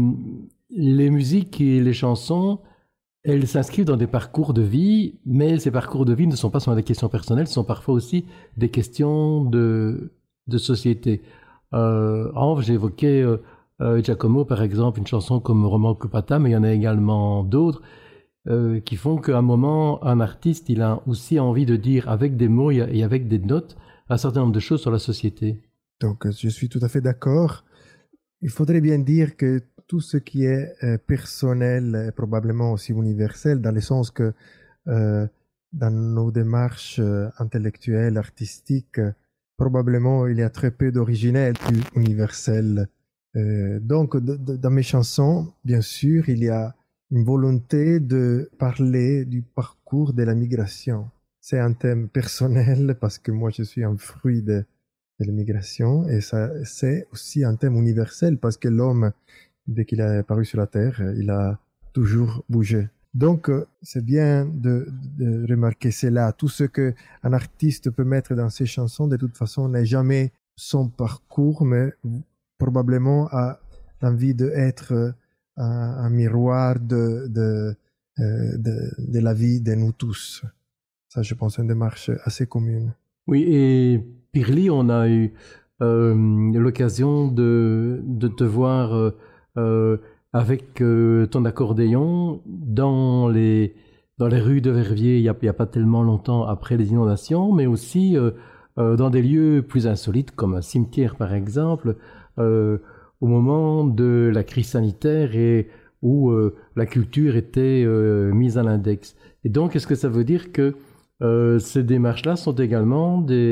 les musiques et les chansons, elles s'inscrivent dans des parcours de vie, mais ces parcours de vie ne sont pas seulement des questions personnelles, ce sont parfois aussi des questions de, de société. Euh, Anve, j'évoquais euh, euh, Giacomo, par exemple, une chanson comme Roman Cupata, mais il y en a également d'autres. Euh, qui font qu'à un moment, un artiste, il a aussi envie de dire avec des mots et avec des notes un certain nombre de choses sur la société. Donc, je suis tout à fait d'accord. Il faudrait bien dire que tout ce qui est euh, personnel est probablement aussi universel, dans le sens que euh, dans nos démarches euh, intellectuelles, artistiques, probablement il y a très peu d'originel plus universel. Euh, donc, de, de, dans mes chansons, bien sûr, il y a une volonté de parler du parcours de la migration. C'est un thème personnel parce que moi je suis un fruit de, de l'immigration et ça, c'est aussi un thème universel parce que l'homme, dès qu'il est apparu sur la Terre, il a toujours bougé. Donc c'est bien de, de remarquer cela. Tout ce qu'un artiste peut mettre dans ses chansons, de toute façon, n'est jamais son parcours, mais probablement a l'envie d'être Un, un miroir de, de, de, de la vie de nous tous. Ça, je pense, c'est une démarche assez commune. Oui, et Pirli, on a eu euh, l'occasion de, de te voir euh, avec euh, ton accordéon dans les, dans les rues de Verviers, il n'y a, il y a pas tellement longtemps après les inondations, mais aussi euh, euh, dans des lieux plus insolites, comme un cimetière par exemple, euh, au moment de la crise sanitaire et où euh, la culture était euh, mise à l'index. Et donc, est-ce que ça veut dire que euh, ces démarches-là sont également des,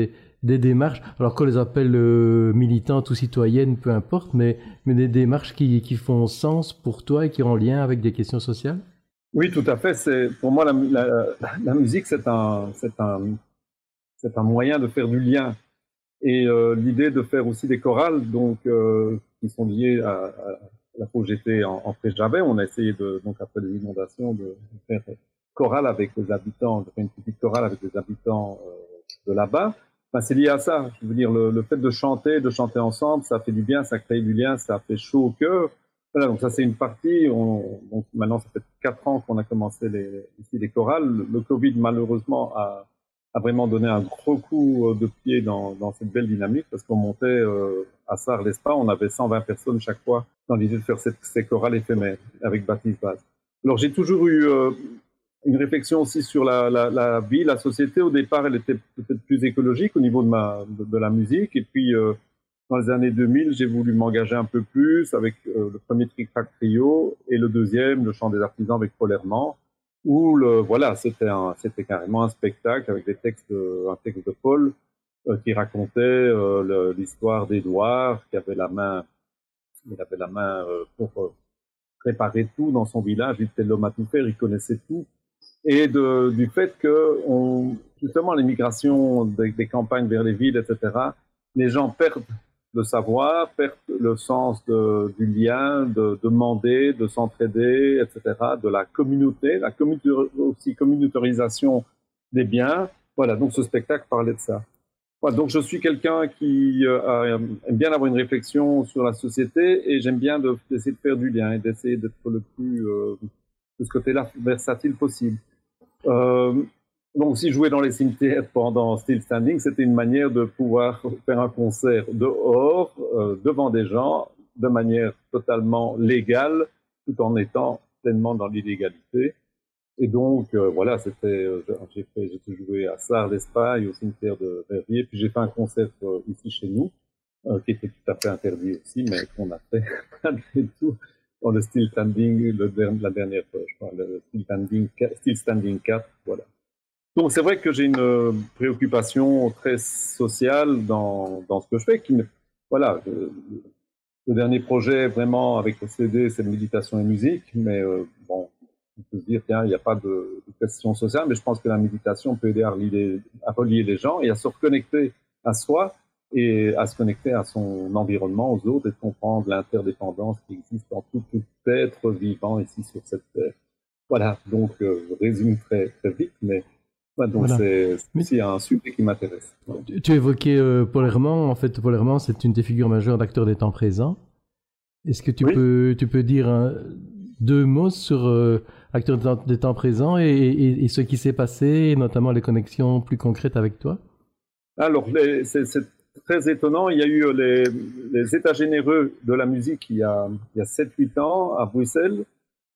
des démarches, alors qu'on les appelle euh, militantes ou citoyennes, peu importe, mais, mais des démarches qui, qui font sens pour toi et qui ont en lien avec des questions sociales? Oui, tout à fait. C'est, pour moi, la, la, la musique, c'est un, c'est un, c'est un moyen de faire du lien. Et euh, l'idée de faire aussi des chorales, donc euh, qui sont liées à, à la fois où j'étais en, en Pré-Javet, on a essayé de, donc après les inondations, de faire chorale avec les habitants, de faire une petite chorale avec les habitants euh, de là-bas. Enfin, c'est lié à ça. Je veux dire, le, le fait de chanter, de chanter ensemble, ça fait du bien, ça crée du lien, ça fait chaud au cœur. Voilà, donc ça c'est une partie. On, donc maintenant, ça fait quatre ans qu'on a commencé les, ici les chorales. Le, le Covid, malheureusement, a a vraiment donné un gros coup de pied dans, dans cette belle dynamique parce qu'on montait euh, à Sarre-l'Espa, on avait cent vingt personnes chaque fois dans l'idée de faire cette, ces chorales éphémères avec Baptiste Vaz. Alors j'ai toujours eu euh, une réflexion aussi sur la, la, la vie, la société. Au départ, elle était peut-être plus écologique au niveau de, ma, de, de la musique. Et puis, euh, dans les années deux mille, j'ai voulu m'engager un peu plus avec euh, le premier Tric-Trac Trio et le deuxième, le Chant des Artisans avec Paul Herman. Où le, voilà, c'était un, c'était carrément un spectacle avec des textes, de, un texte de Paul euh, qui racontait euh, l'histoire d'Édouard, qui avait la main, il avait la main euh, pour euh, préparer tout dans son village. Il était l'homme à tout faire, il connaissait tout, et de, du fait que on, justement l'émigration des, des campagnes vers les villes, et cetera. Les gens perdent le savoir, perdent le sens de, du lien, de demander, de s'entraider, et cetera, de la communauté, la communautaire, aussi communautarisation des biens. Voilà, donc ce spectacle parlait de ça. Voilà, donc je suis quelqu'un qui euh, aime bien avoir une réflexion sur la société et j'aime bien de, d'essayer de faire du lien et d'essayer d'être le plus, euh, de ce côté-là, versatile possible. Euh, Donc, si jouer dans les cimetières pendant Still Standing, c'était une manière de pouvoir faire un concert dehors, euh, devant des gens, de manière totalement légale, tout en étant pleinement dans l'illégalité. Et donc, euh, voilà, c'était, euh, j'ai fait, j'ai joué à Sarre-l'Espa et au cimetière de Verviers, puis j'ai fait un concert euh, ici chez nous, euh, qui était tout à fait interdit aussi, mais qu'on a fait malgré tout dans le Still Standing, le, la dernière fois, je crois, le Still Standing, Still Standing quatre, voilà. Donc c'est vrai que j'ai une préoccupation très sociale dans, dans ce que je fais. Qui, voilà, le, le dernier projet vraiment avec le C D, c'est méditation et musique, mais euh, bon, on peut se dire tiens, il n'y a pas de, de question sociale, mais je pense que la méditation peut aider à relier, à relier les gens et à se reconnecter à soi et à se connecter à son environnement, aux autres, et de comprendre l'interdépendance qui existe en tout, tout être vivant ici sur cette terre. Voilà, donc euh, je résume très, très vite, mais Ouais, donc voilà. c'est, c'est un sujet qui m'intéresse. Tu, tu évoquais euh, Paul Herman. En fait, Paul Herman, c'est une des figures majeures d'acteurs des temps présents. Est-ce que tu, oui. peux, tu peux dire hein, deux mots sur euh, acteurs des temps, des temps présents et, et, et ce qui s'est passé, et notamment les connexions plus concrètes avec toi? Alors, les, c'est, c'est très étonnant. Il y a eu les, les États généreux de la musique il y a, il y a sept huit ans à Bruxelles,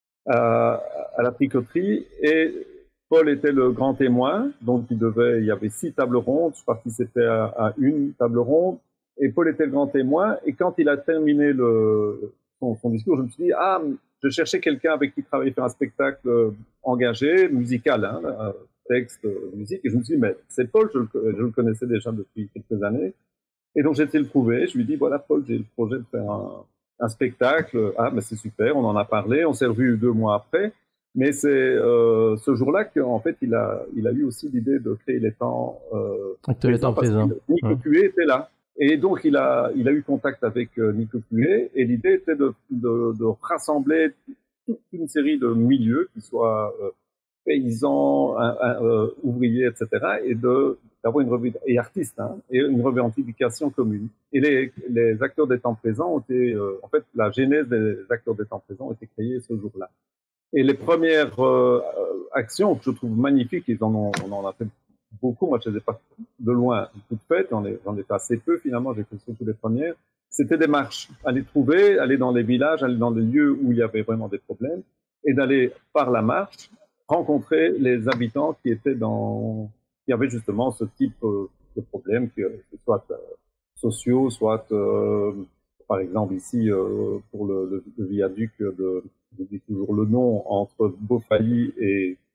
à, à la Tricoterie, et Paul était le grand témoin, donc il devait, il y avait six tables rondes, je participais à, à une table ronde, et Paul était le grand témoin, et quand il a terminé le, son, son discours, je me suis dit, ah, je cherchais quelqu'un avec qui travailler, faire un spectacle engagé, musical, hein, texte, musique, et je me suis dit, mais c'est Paul, je le, je le connaissais déjà depuis quelques années, et donc j'ai été le trouver, je lui ai dit, voilà Paul, j'ai le projet de faire un, un spectacle, ah, mais c'est super, on en a parlé, on s'est revus deux mois après. Mais c'est euh, ce jour-là qu'en fait, il a, il a eu aussi l'idée de créer les temps euh, présents. Les temps présents. Nico ouais. Puet était là. Et donc, il a, il a eu contact avec euh, Nico Puet. Et l'idée était de, de, de rassembler toute une série de milieux, qui soient euh, paysans, un, un, euh, ouvriers, et cetera. Et de, d'avoir une et artistes, hein, et une revendication commune. Et les, les acteurs des temps présents ont été, euh, en fait, la genèse des acteurs des temps présents a été créée ce jour-là. Et les premières euh, actions que je trouve magnifiques, ils en ont, on en a fait beaucoup, moi je ne les ai pas de loin toutes faites, j'en ai, j'en ai fait assez peu finalement, j'ai fait surtout les premières, c'était des marches, aller trouver, aller dans les villages, aller dans les lieux où il y avait vraiment des problèmes, et d'aller par la marche rencontrer les habitants qui étaient dans, qui avaient justement ce type euh, de problème, que, que soit euh, sociaux, soit euh, par exemple ici euh, pour le, le, le viaduc de je dis toujours le nom, entre Beaufailly et,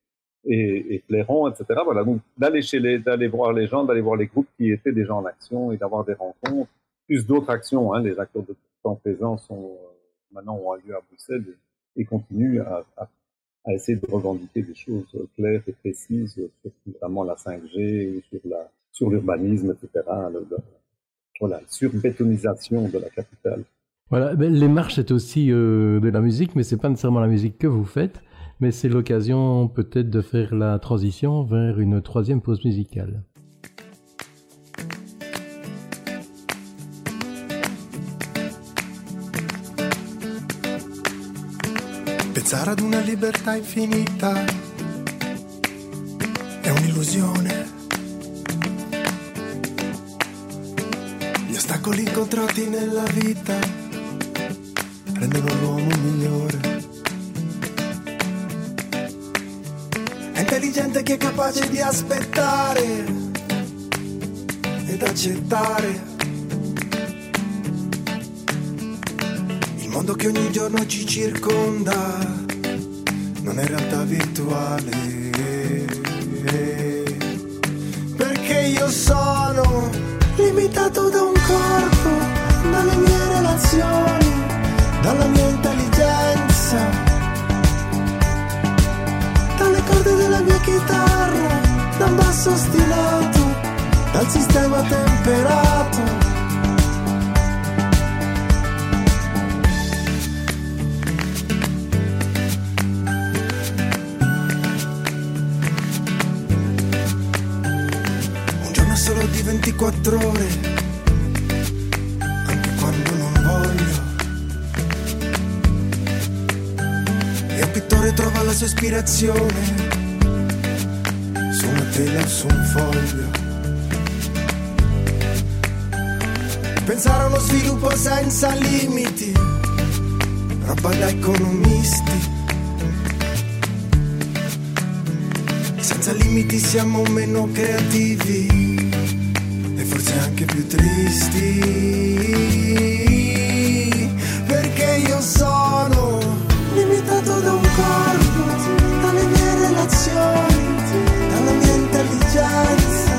et, et flairons, et cetera. Voilà, donc d'aller chez les, d'aller voir les gens, d'aller voir les groupes qui étaient déjà en action et d'avoir des rencontres, plus d'autres actions. Hein. Les acteurs de temps présent sont euh, maintenant ont un lieu à Bruxelles et, et continuent à, à, à essayer de revendiquer des choses claires et précises sur notamment la cinq G, sur la sur l'urbanisme, et cetera. Le, le, voilà, surbétonisation de la capitale. Voilà, ben, les marches c'est aussi euh, de la musique, mais c'est pas nécessairement la musique que vous faites, mais c'est l'occasion peut-être de faire la transition vers une troisième pause musicale. Pensare ad una libertà infinita è un'illusione. Gli ostacoli incontrati nella vita rendono l'uomo migliore. È intelligente chi è capace di aspettare ed accettare il mondo che ogni giorno ci circonda, non è realtà virtuale. Perché io sono limitato da un corpo, dalle mie relazioni, dalla mia intelligenza, dalle corde della mia chitarra, da un basso ostinato, dal sistema temperato. Un giorno solo di ventiquattro ore, anche quando non voglio. E un pittore trova la sua ispirazione su una tela o su un foglio. Pensare a uno sviluppo senza limiti, roba da economisti. Senza limiti siamo meno creativi e forse anche più tristi. Perché io sono limitato da un corpo, dalle mie relazioni, dalla mia intelligenza,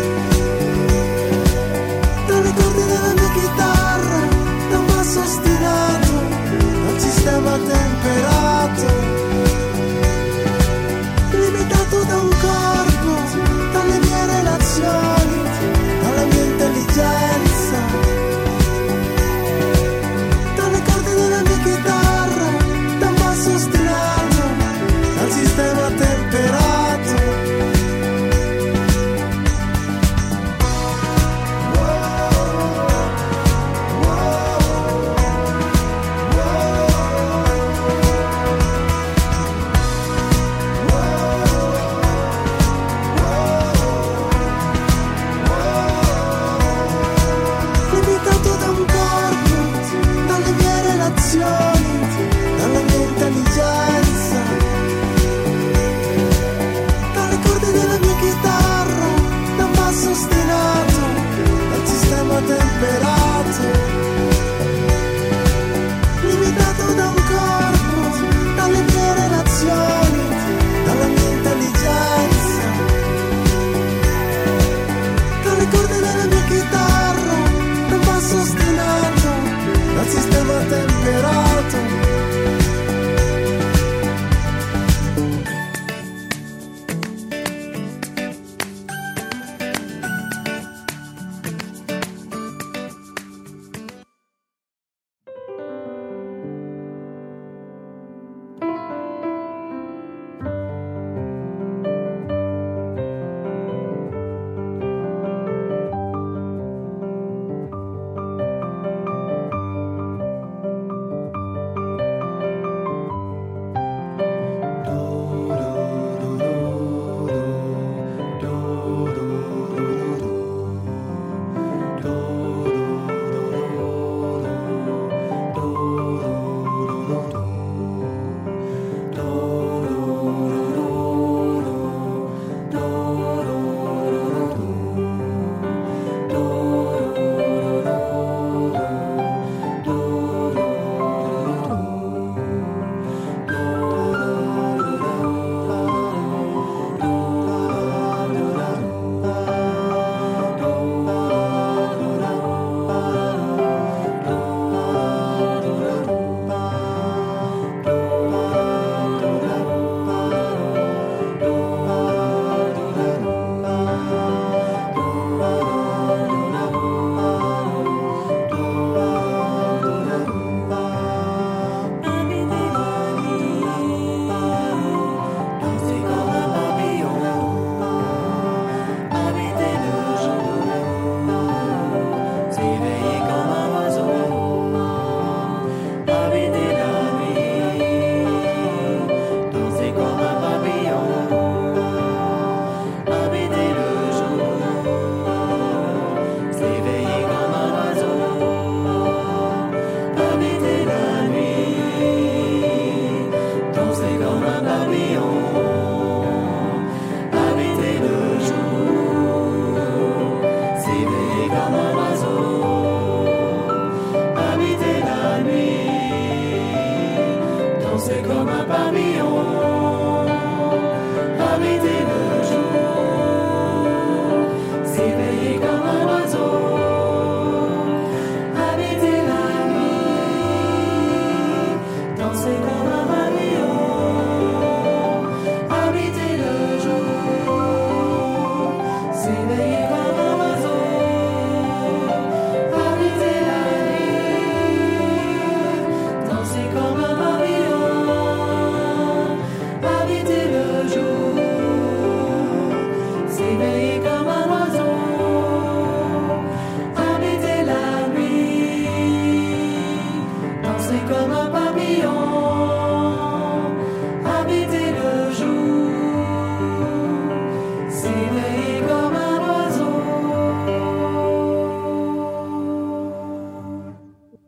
dalle corde della mia chitarra, da un basso ostinato, dal sistema temperato. Limitato da un corpo, dalle mie relazioni, dalla mia intelligenza,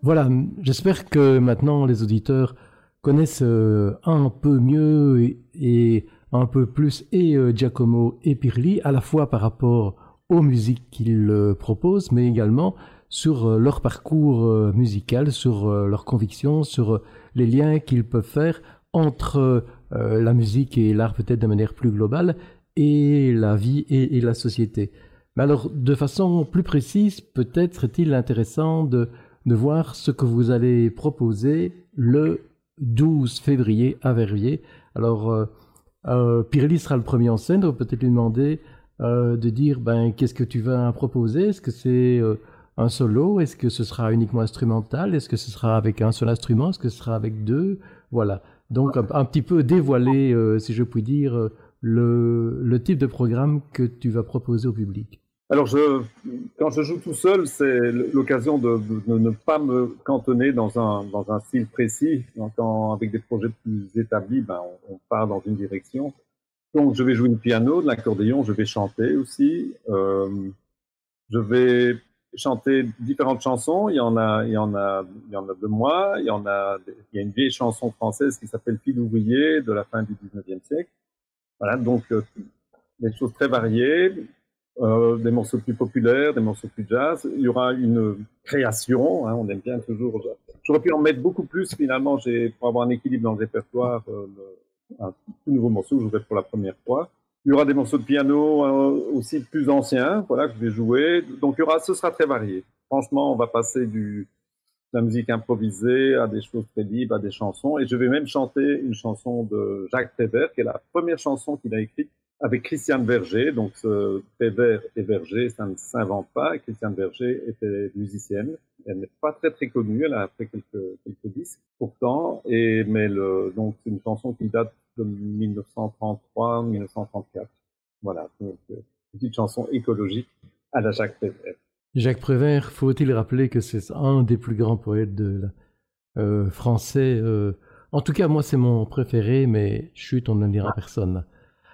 voilà, j'espère que maintenant les auditeurs connaissent euh, un peu mieux et, et un peu plus et euh, Giacomo et Pirli, à la fois par rapport aux musiques qu'ils euh, proposent, mais également sur euh, leur parcours euh, musical, sur euh, leurs convictions, sur euh, les liens qu'ils peuvent faire entre euh, la musique et l'art peut-être de manière plus globale, et la vie et, et la société. Mais alors, de façon plus précise, peut-être serait-il intéressant de, de voir ce que vous allez proposer le douze février à Verviers. Alors, euh, euh, Pirli sera le premier en scène, on peut peut-être lui demander euh, de dire ben, qu'est-ce que tu vas proposer. Est-ce que c'est euh, un solo? Est-ce que ce sera uniquement instrumental? Est-ce que ce sera avec un seul instrument? Est-ce que ce sera avec deux? Voilà. Donc, un, un petit peu dévoiler, euh, si je puis dire, le, le type de programme que tu vas proposer au public. Alors, je, quand je joue tout seul, c'est l'occasion de, de, de ne pas me cantonner dans un, dans un style précis. Donc, quand, avec des projets plus établis, ben, on, on part dans une direction. Donc, je vais jouer du piano, de l'accordéon, je vais chanter aussi. Euh, je vais chanter différentes chansons. Il y en a, il y en a, il y en a de moi. Il y en a, il y a une vieille chanson française qui s'appelle Fille d'ouvrier de la fin du dix-neuvième siècle. Voilà, donc euh, des choses très variées. Euh, des morceaux plus populaires, des morceaux plus jazz. Il y aura une création, hein, on aime bien toujours. J'aurais pu en mettre beaucoup plus finalement, j'ai, pour avoir un équilibre dans le répertoire, euh, le, un tout nouveau morceau que je jouerai pour la première fois. Il y aura des morceaux de piano euh, aussi plus anciens, voilà, que je vais jouer. Donc il y aura, ce sera très varié. Franchement, on va passer du, de la musique improvisée à des choses très libres, à des chansons. Et je vais même chanter une chanson de Jacques Prévert, qui est la première chanson qu'il a écrite avec Christiane Berger. Donc, ce Prévert et Berger, ça ne s'invente pas. Christiane Berger était musicienne. Elle n'est pas très, très connue. Elle a fait quelques, quelques disques, pourtant. Et, mais le, donc, c'est une chanson qui date de mille neuf cent trente-trois, mille neuf cent trente-quatre. Voilà. Donc, une petite chanson écologique à la Jacques Prévert. Jacques Prévert, faut-il rappeler que c'est un des plus grands poètes de la, euh, français. Euh, en tout cas, moi, c'est mon préféré, mais chut, on ne dira à personne.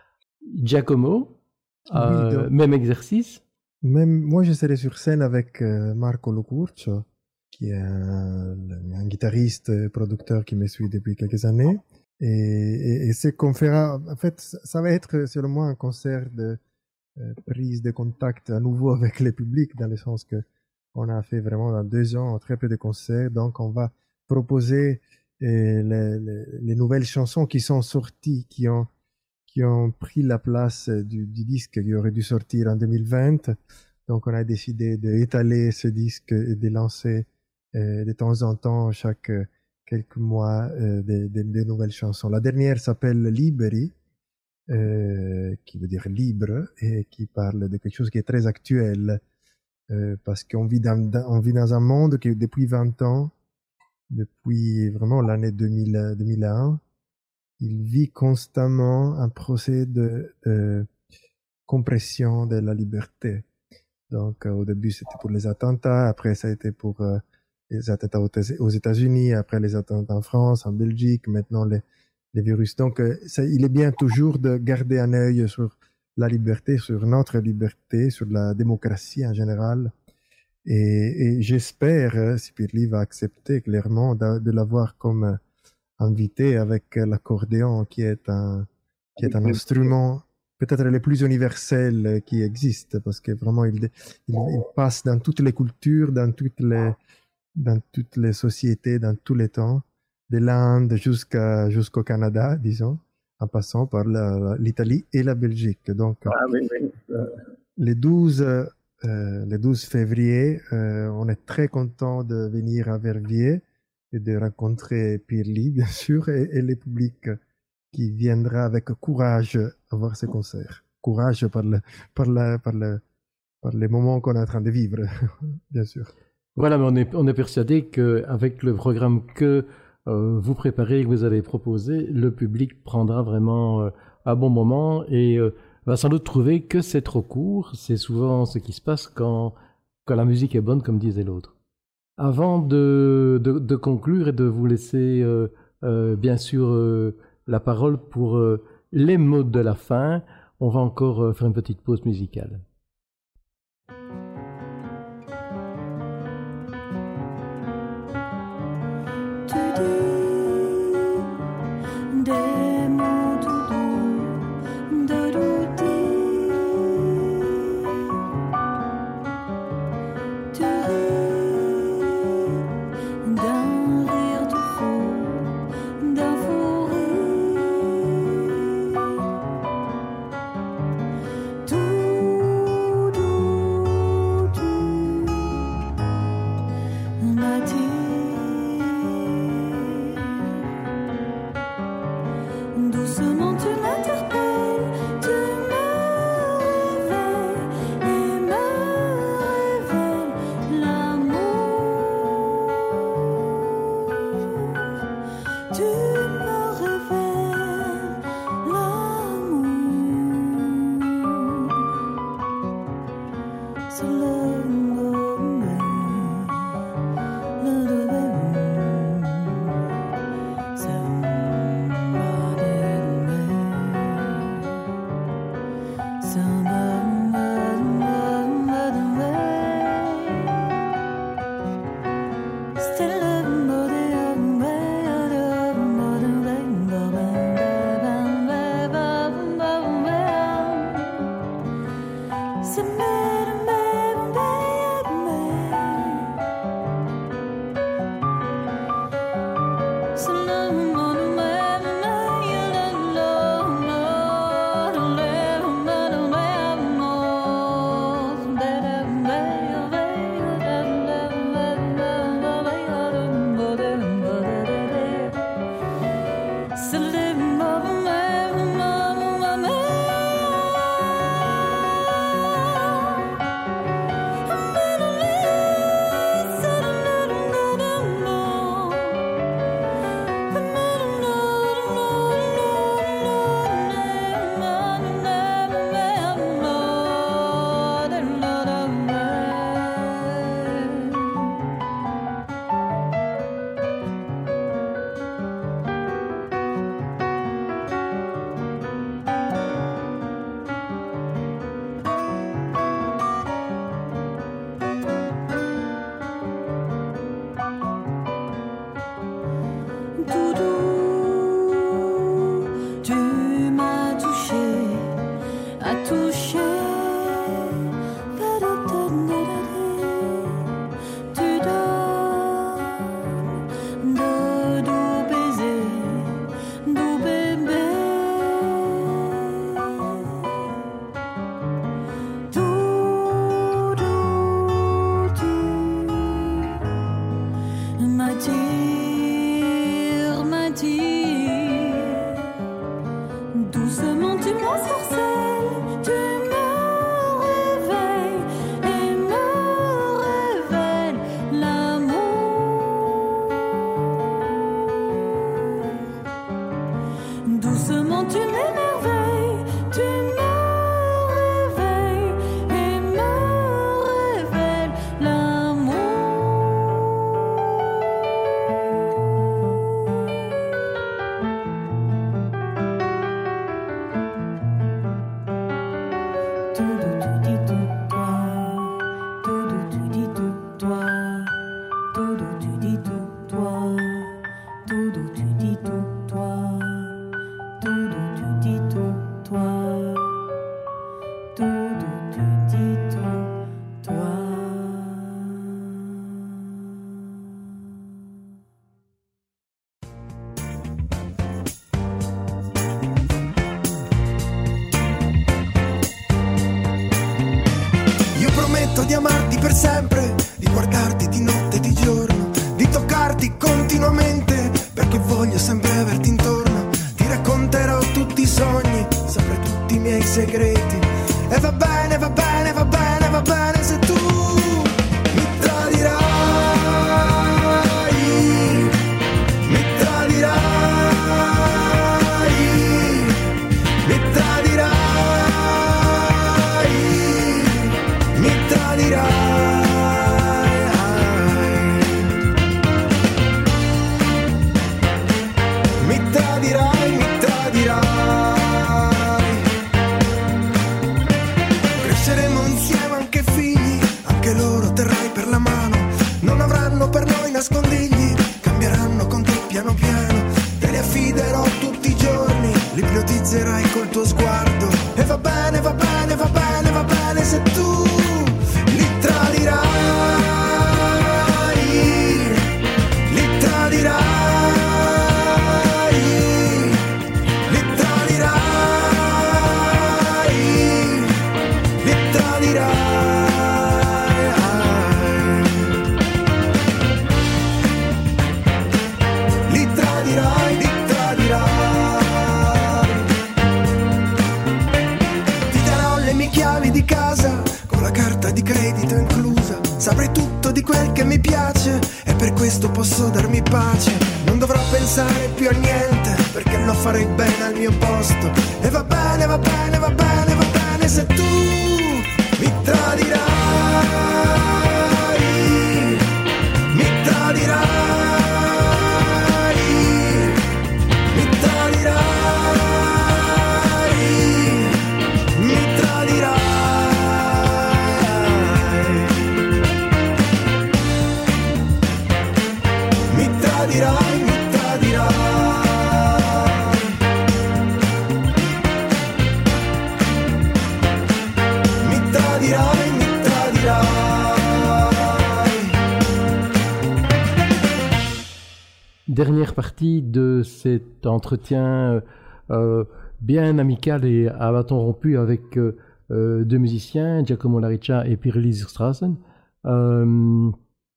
Giacomo, euh, oui, donc, même exercice. Même, moi, je serai sur scène avec euh, Marco Locurcio, qui est un, un guitariste et producteur qui me suit depuis quelques années. Et, et, et ce qu'on fera, en fait, ça va être selon moi un concert de euh, prise de contact à nouveau avec le public, dans le sens que on a fait vraiment dans deux ans très peu de concerts. Donc, on va proposer euh, les, les, les nouvelles chansons qui sont sorties, qui ont qui ont pris la place du, du disque qui aurait dû sortir en deux mille vingt. Donc, on a décidé d'étaler ce disque et de lancer euh, de temps en temps, chaque euh, quelques mois, euh, des, des, des nouvelles chansons. La dernière s'appelle Liberi, euh, qui veut dire libre, et qui parle de quelque chose qui est très actuel, euh, parce qu'on vit dans, on vit dans un monde qui, depuis vingt ans, depuis vraiment l'année deux mille, deux mille un, il vit constamment un procès de, de compression de la liberté. Donc, euh, au début, c'était pour les attentats, après, ça a été pour euh, les attentats aux États-Unis, après les attentats en France, en Belgique, maintenant les, les virus. Donc, euh, ça, il est bien toujours de garder un œil sur la liberté, sur notre liberté, sur la démocratie en général. Et, et j'espère, euh, si Pirli va accepter clairement de, de l'avoir comme euh, invité avec l'accordéon, qui est un, qui est un instrument peut-être le plus universel qui existe, parce que vraiment il, il, il passe dans toutes les cultures, dans toutes les, dans toutes les sociétés, dans tous les temps, de l'Inde jusqu'à, jusqu'au Canada, disons, en passant par la, l'Italie et la Belgique. Donc, ah, oui, oui. Euh... les douze, euh, le douze février, euh, on est très content de venir à Verviers et de rencontrer Pirli, bien sûr, et, et le public qui viendra avec courage à voir ce concert. Courage par le, par la, par le, par les moments qu'on est en train de vivre, bien sûr. Voilà, mais on est, on est persuadé qu'avec le programme que euh, vous préparez, que vous avez proposé, le public prendra vraiment euh, un bon moment et euh, va sans doute trouver que c'est trop court. C'est souvent ce qui se passe quand, quand la musique est bonne, comme disait l'autre. Avant de, de, de conclure et de vous laisser, euh, euh, bien sûr, euh, la parole pour euh, les mots de la fin, on va encore euh, faire une petite pause musicale. Doucement tu m'interpelles, tu me réveilles et me révèles l'amour. Tu me révèles l'amour. C'est di amarti per sempre, di guardarti di notte e di giorno, di toccarti continuamente, perché voglio sempre averti intorno. Ti racconterò tutti i sogni, saprei tutti i miei segreti. E va bene, va bene, va bene, va bene se tu mi tradirai, mi tradirai, mi tradirai, mi tradirai. Mi tradirai, mi tradirai. Cresceremo insieme anche figli, anche loro terrai per la mano. Non avranno per noi nascondigli, cambieranno con te piano piano. Te li affiderò tutti i giorni, li ipnotizzerai col tuo sguardo. E va bene, va bene, va bene, va bene se tu li tradirai, li tradirai. piace e per questo posso darmi pace. Non dovrò pensare più a niente perché lo farei bene al mio posto. E va bene, va bene, va bene, va bene se tu mi tradirai, mi tradirai, mi tradirai, mi tradirai. Mi tradirai, mi tradirai. Mi tradirai, mi tradirai. Dernière partie de cet entretien euh, bien amical et à bâton rompu avec euh, euh, deux musiciens, Giacomo Lariccia et Pirelli Zurstrassen. Euh,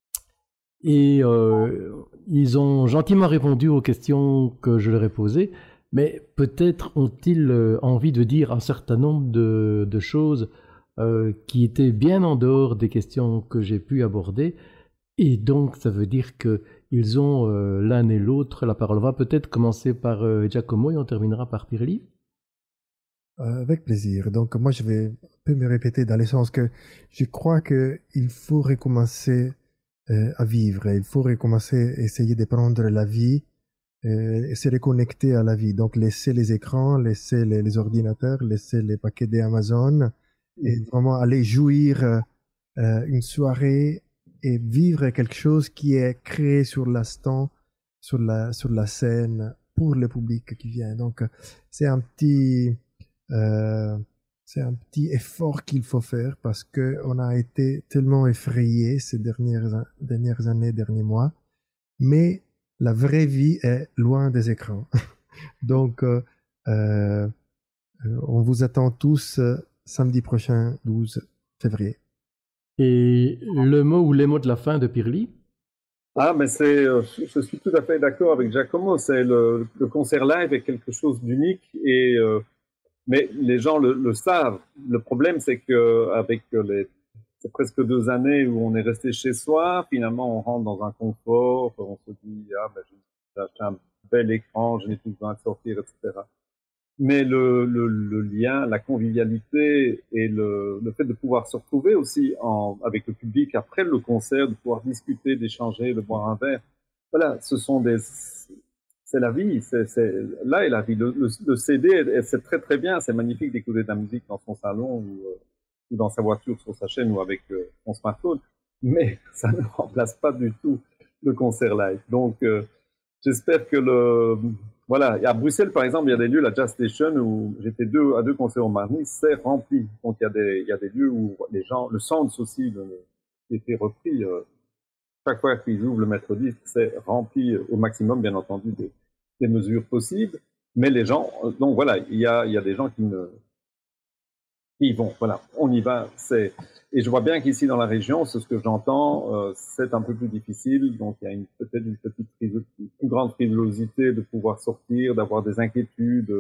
et euh, ils ont gentiment répondu aux questions que je leur ai posées, mais peut-être ont-ils euh, envie de dire un certain nombre de, de choses euh, qui étaient bien en dehors des questions que j'ai pu aborder. Et donc, ça veut dire qu'ils ont euh, l'un et l'autre la parole. On va peut-être commencer par euh, Giacomo et on terminera par Pirelli. Euh, avec plaisir. Donc, moi, je vais un peu me répéter dans le sens que je crois qu'il faut recommencer euh, à vivre. Il faut recommencer à essayer de prendre la vie euh, et se reconnecter à la vie. Donc, laisser les écrans, laisser les, les ordinateurs, laisser les paquets d'Amazon et vraiment aller jouir euh, une soirée et vivre quelque chose qui est créé sur l'instant, sur la, sur la scène, pour le public qui vient. Donc, c'est un petit, euh, c'est un petit effort qu'il faut faire parce que on a été tellement effrayés ces dernières, dernières années, derniers mois. Mais la vraie vie est loin des écrans. Donc, euh, euh, on vous attend tous euh, samedi prochain, douze février. Et le mot ou les mots de la fin de Pirelli? Ah, mais c'est, euh, je suis tout à fait d'accord avec Giacomo. C'est le, le concert live est quelque chose d'unique et euh, mais les gens le, le savent. Le problème, c'est que avec les c'est presque deux années où on est resté chez soi, finalement, on rentre dans un confort, on se dit ah ben j'ai acheté un bel écran, je n'ai plus besoin de sortir, et cetera. Mais le, le, le lien, la convivialité et le, le fait de pouvoir se retrouver aussi en, avec le public après le concert, de pouvoir discuter, d'échanger, de boire un verre, voilà, ce sont des, c'est la vie, c'est, c'est, là est la vie. Le, le, le C D, c'est très très bien, c'est magnifique d'écouter de la musique dans son salon ou, ou dans sa voiture, sur sa chaîne ou avec euh, son smartphone, mais ça ne remplace pas du tout le concert live. Donc, euh, j'espère que le voilà, à Bruxelles, par exemple, il y a des lieux, la Jazz Station, où j'étais deux, à deux concerts au Marny, c'est rempli. Donc, il y a des, il y a des lieux où les gens, le Sounds aussi, le, qui était repris, euh, chaque fois qu'ils ouvrent le mercredi, c'est rempli au maximum, bien entendu, des, des mesures possibles. Mais les gens, donc voilà, il y a, il y a des gens qui ne, qui y vont. Voilà, on y va, c'est, et je vois bien qu'ici dans la région, c'est ce que j'entends, euh, c'est un peu plus difficile. Donc il y a une, peut-être une petite frilosité, une grande frilosité de pouvoir sortir, d'avoir des inquiétudes.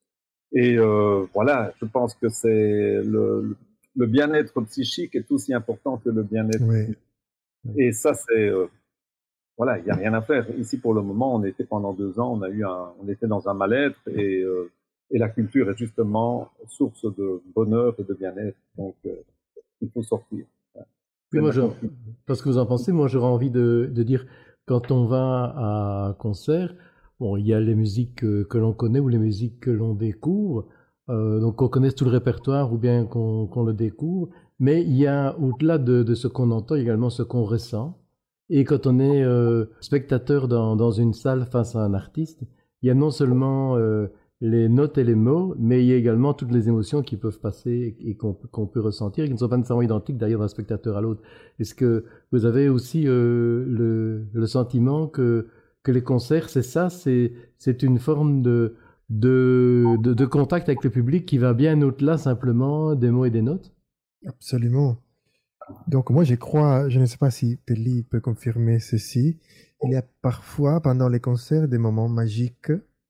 Et euh, voilà, je pense que c'est le, le bien-être psychique est aussi important que le bien-être. Oui. Et ça, c'est euh, voilà, il n'y a rien à faire. Ici, pour le moment, on était pendant deux ans, on a eu un, on était dans un mal-être et euh, et la culture est justement source de bonheur et de bien-être. Donc euh, il faut sortir. Oui, moi, je, parce que vous en pensez, moi j'aurais envie de, de dire, quand on va à un concert, bon, il y a les musiques que, que l'on connaît ou les musiques que l'on découvre, euh, donc qu'on connaisse tout le répertoire ou bien qu'on qu'on le découvre, mais il y a, au-delà de, de ce qu'on entend, également ce qu'on ressent. Et quand on est euh, spectateur dans, dans une salle face à un artiste, il y a non seulement euh, les notes et les mots, mais il y a également toutes les émotions qui peuvent passer et qu'on qu'on peut ressentir et qui ne sont pas nécessairement identiques d'ailleurs d'un spectateur à l'autre. Est-ce que vous avez aussi euh, le, le sentiment que, que les concerts, c'est ça, c'est c'est une forme de, de, de, de contact avec le public qui va bien au-delà simplement des mots et des notes? Absolument. Donc moi je crois, je ne sais pas si Pelli peut confirmer ceci, il y a parfois pendant les concerts des moments magiques.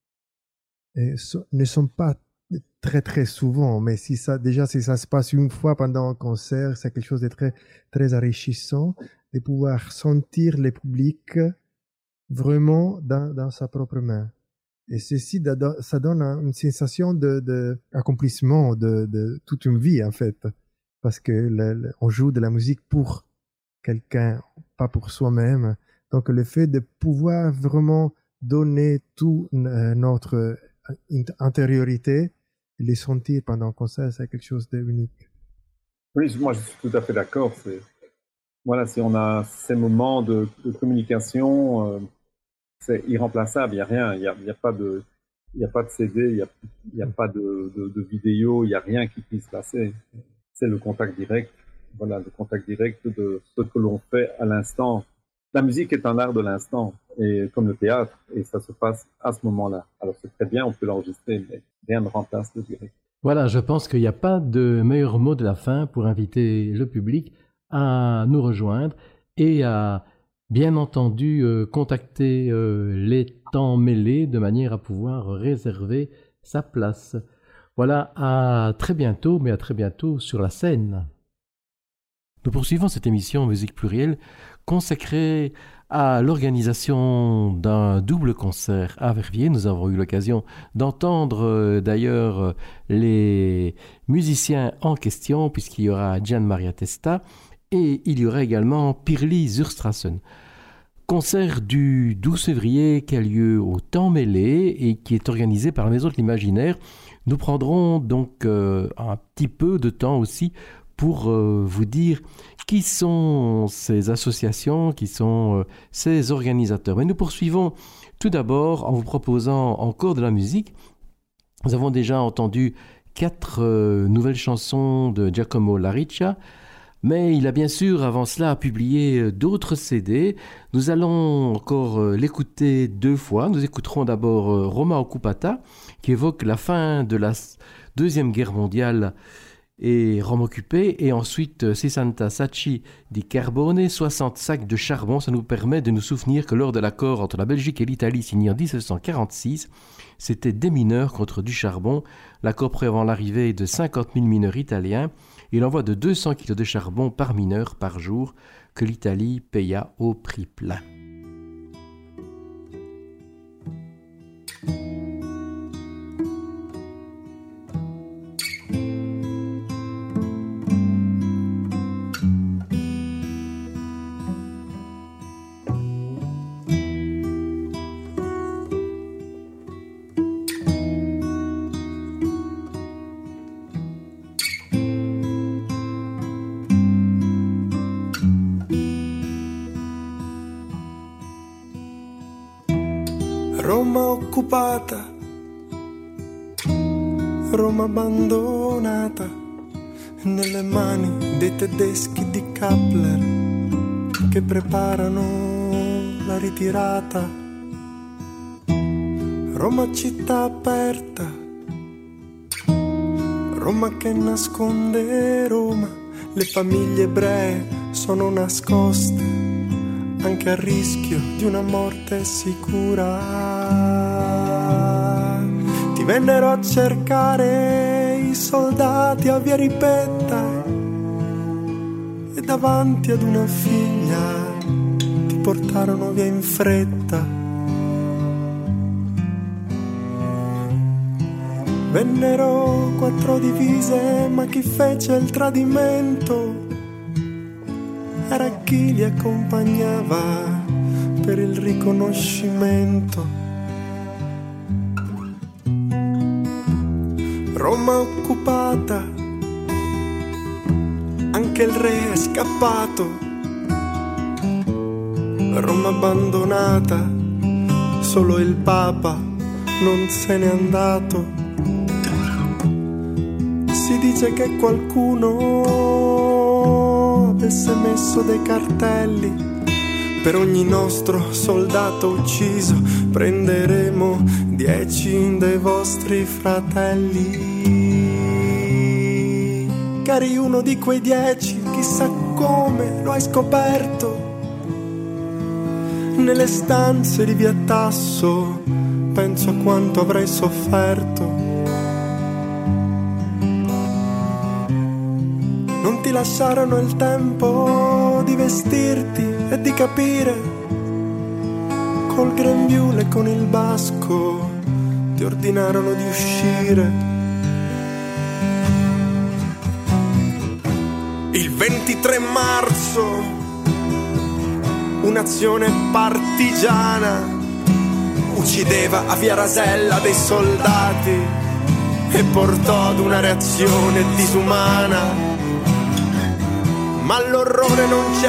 Et so, ne sont pas très très souvent, mais si ça déjà si ça se passe une fois pendant un concert, c'est quelque chose de très très enrichissant. de pouvoir sentir le public vraiment dans, dans sa propre main. Et ceci, ça donne une sensation de, de accomplissement de, de toute une vie, en fait. Parce que le, le, on joue de la musique pour quelqu'un, pas pour soi-même. Donc, le fait de pouvoir vraiment donner toute euh, notre intériorité et les sentir pendant un concert, c'est quelque chose d'unique. Oui, moi, je suis tout à fait d'accord. C'est... Voilà, si on a ces moments de, de communication... Euh... c'est irremplaçable, il n'y a rien, il n'y a, y a pas de, il y a pas de C D, il n'y a, y a pas de, de, de vidéo, il n'y a rien qui puisse passer. C'est le contact direct, voilà, le contact direct de ce que l'on fait à l'instant. La musique est un art de l'instant, et comme le théâtre, et ça se passe à ce moment-là. Alors c'est très bien, on peut l'enregistrer, mais rien ne remplace le direct. Voilà, je pense qu'il n'y a pas de meilleur mot de la fin pour inviter le public à nous rejoindre et à bien entendu, euh, contacter euh, les temps mêlés de manière à pouvoir réserver sa place. Voilà, à très bientôt, mais à très bientôt sur la scène. Nous poursuivons cette émission Musique Plurielle consacrée à l'organisation d'un double concert à Verviers. Nous avons eu l'occasion d'entendre euh, d'ailleurs les musiciens en question, puisqu'il y aura Gian Maria Testa, et il y aura également Pirli Zurstrassen. Concert du douze février qui a lieu au temps mêlé et qui est organisé par la Maison de l'Imaginaire. Nous prendrons donc euh, un petit peu de temps aussi pour euh, vous dire qui sont ces associations, qui sont euh, ces organisateurs. Mais nous poursuivons tout d'abord en vous proposant encore de la musique. Nous avons déjà entendu quatre euh, nouvelles chansons de Giacomo Lariccia. Mais il a bien sûr, avant cela, publié d'autres C D. Nous allons encore l'écouter deux fois. Nous écouterons d'abord Roma Occupata, qui évoque la fin de la Deuxième Guerre mondiale et Rome occupée. Et ensuite, sessanta sacchi di carbone, soixante sacs de charbon. Ça nous permet de nous souvenir que lors de l'accord entre la Belgique et l'Italie signé en dix-neuf cent quarante-six, c'était des mineurs contre du charbon. L'accord prévoit l'arrivée de cinquante mille mineurs italiens et l'envoi de deux cents kilos de charbon par mineur par jour que l'Italie paya au prix plein. Roma occupata, Roma abbandonata, nelle mani dei tedeschi di Kappler che preparano la ritirata. Roma città aperta, Roma che nasconde Roma, le famiglie ebree sono nascoste anche a rischio di una morte sicura. Ti vennero a cercare i soldati a via Ripetta e davanti ad una figlia ti portarono via in fretta. Vennero quattro divise, ma chi fece il tradimento era chi li accompagnava per il riconoscimento. Roma occupata, anche il re è scappato. Roma abbandonata, solo il Papa non se n'è andato. Si dice che qualcuno avesse messo dei cartelli: per ogni nostro soldato ucciso prenderemo dieci dei vostri fratelli. Cari, uno di quei dieci, chissà come lo hai scoperto, nelle stanze di via Tasso, penso a quanto avrei sofferto. non ti lasciarono il tempo di vestirti e di capire. Col grembiule e con il basco ti ordinarono di uscire. Il ventitré marzo un'azione partigiana uccideva a Via Rasella dei soldati e portò ad una reazione disumana. Ma l'orrore non c'è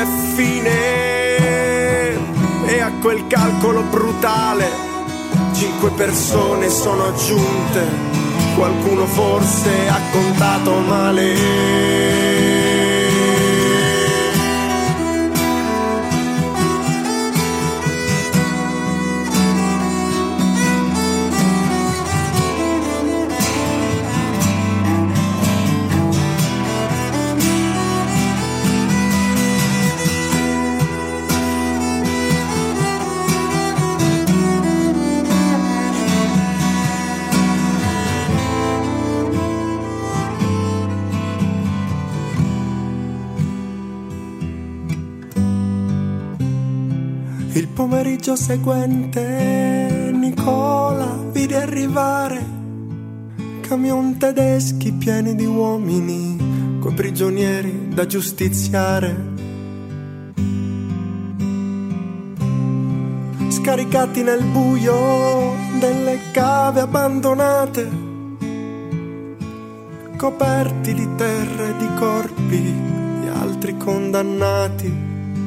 fine e a quel calcolo brutale cinque persone sono aggiunte. Qualcuno forse ha contato male. Il pomeriggio seguente Nicola vide arrivare camion tedeschi pieni di uomini coi prigionieri da giustiziare, scaricati nel buio delle cave abbandonate, coperti di terra e di corpi di altri condannati.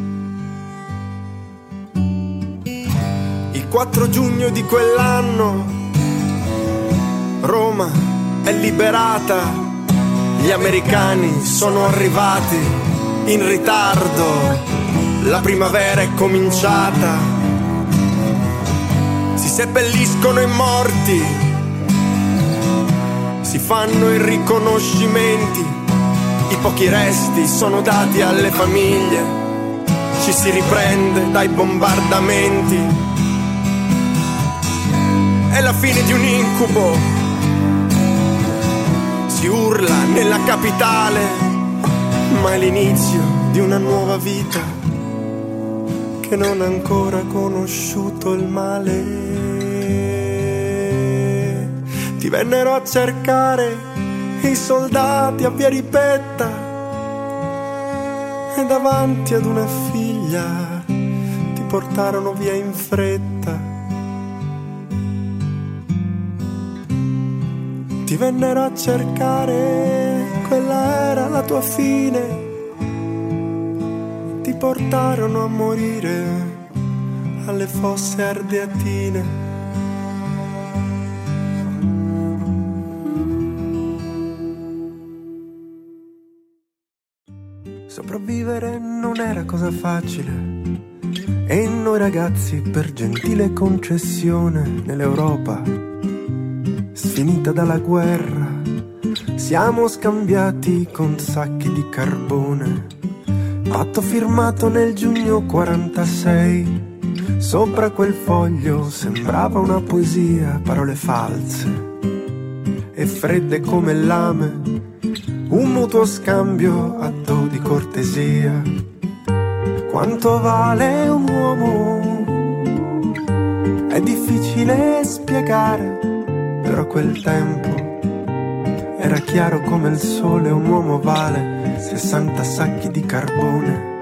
Il quattro giugno di quell'anno Roma è liberata, gli americani sono arrivati in ritardo, la primavera è cominciata, si seppelliscono i morti, si fanno i riconoscimenti, i pochi resti sono dati alle famiglie, ci si riprende dai bombardamenti. È la fine di un incubo, si urla nella capitale, ma è l'inizio di una nuova vita che non ha ancora conosciuto il male. Ti vennero a cercare i soldati a Via Ripetta e davanti ad una figlia ti portarono via in fretta. Ti vennero a cercare, quella era la tua fine, ti portarono a morire alle fosse ardeatine. Sopravvivere non era cosa facile e noi ragazzi, per gentile concessione nell'Europa sfinita dalla guerra, siamo scambiati con sacchi di carbone. Patto firmato nel giugno quarantasei, sopra quel foglio sembrava una poesia, parole false e fredde come lame, un mutuo scambio atto di cortesia. Quanto vale un uomo? È difficile spiegare, però a quel tempo era chiaro come il sole, un uomo vale sessanta sacchi di carbone.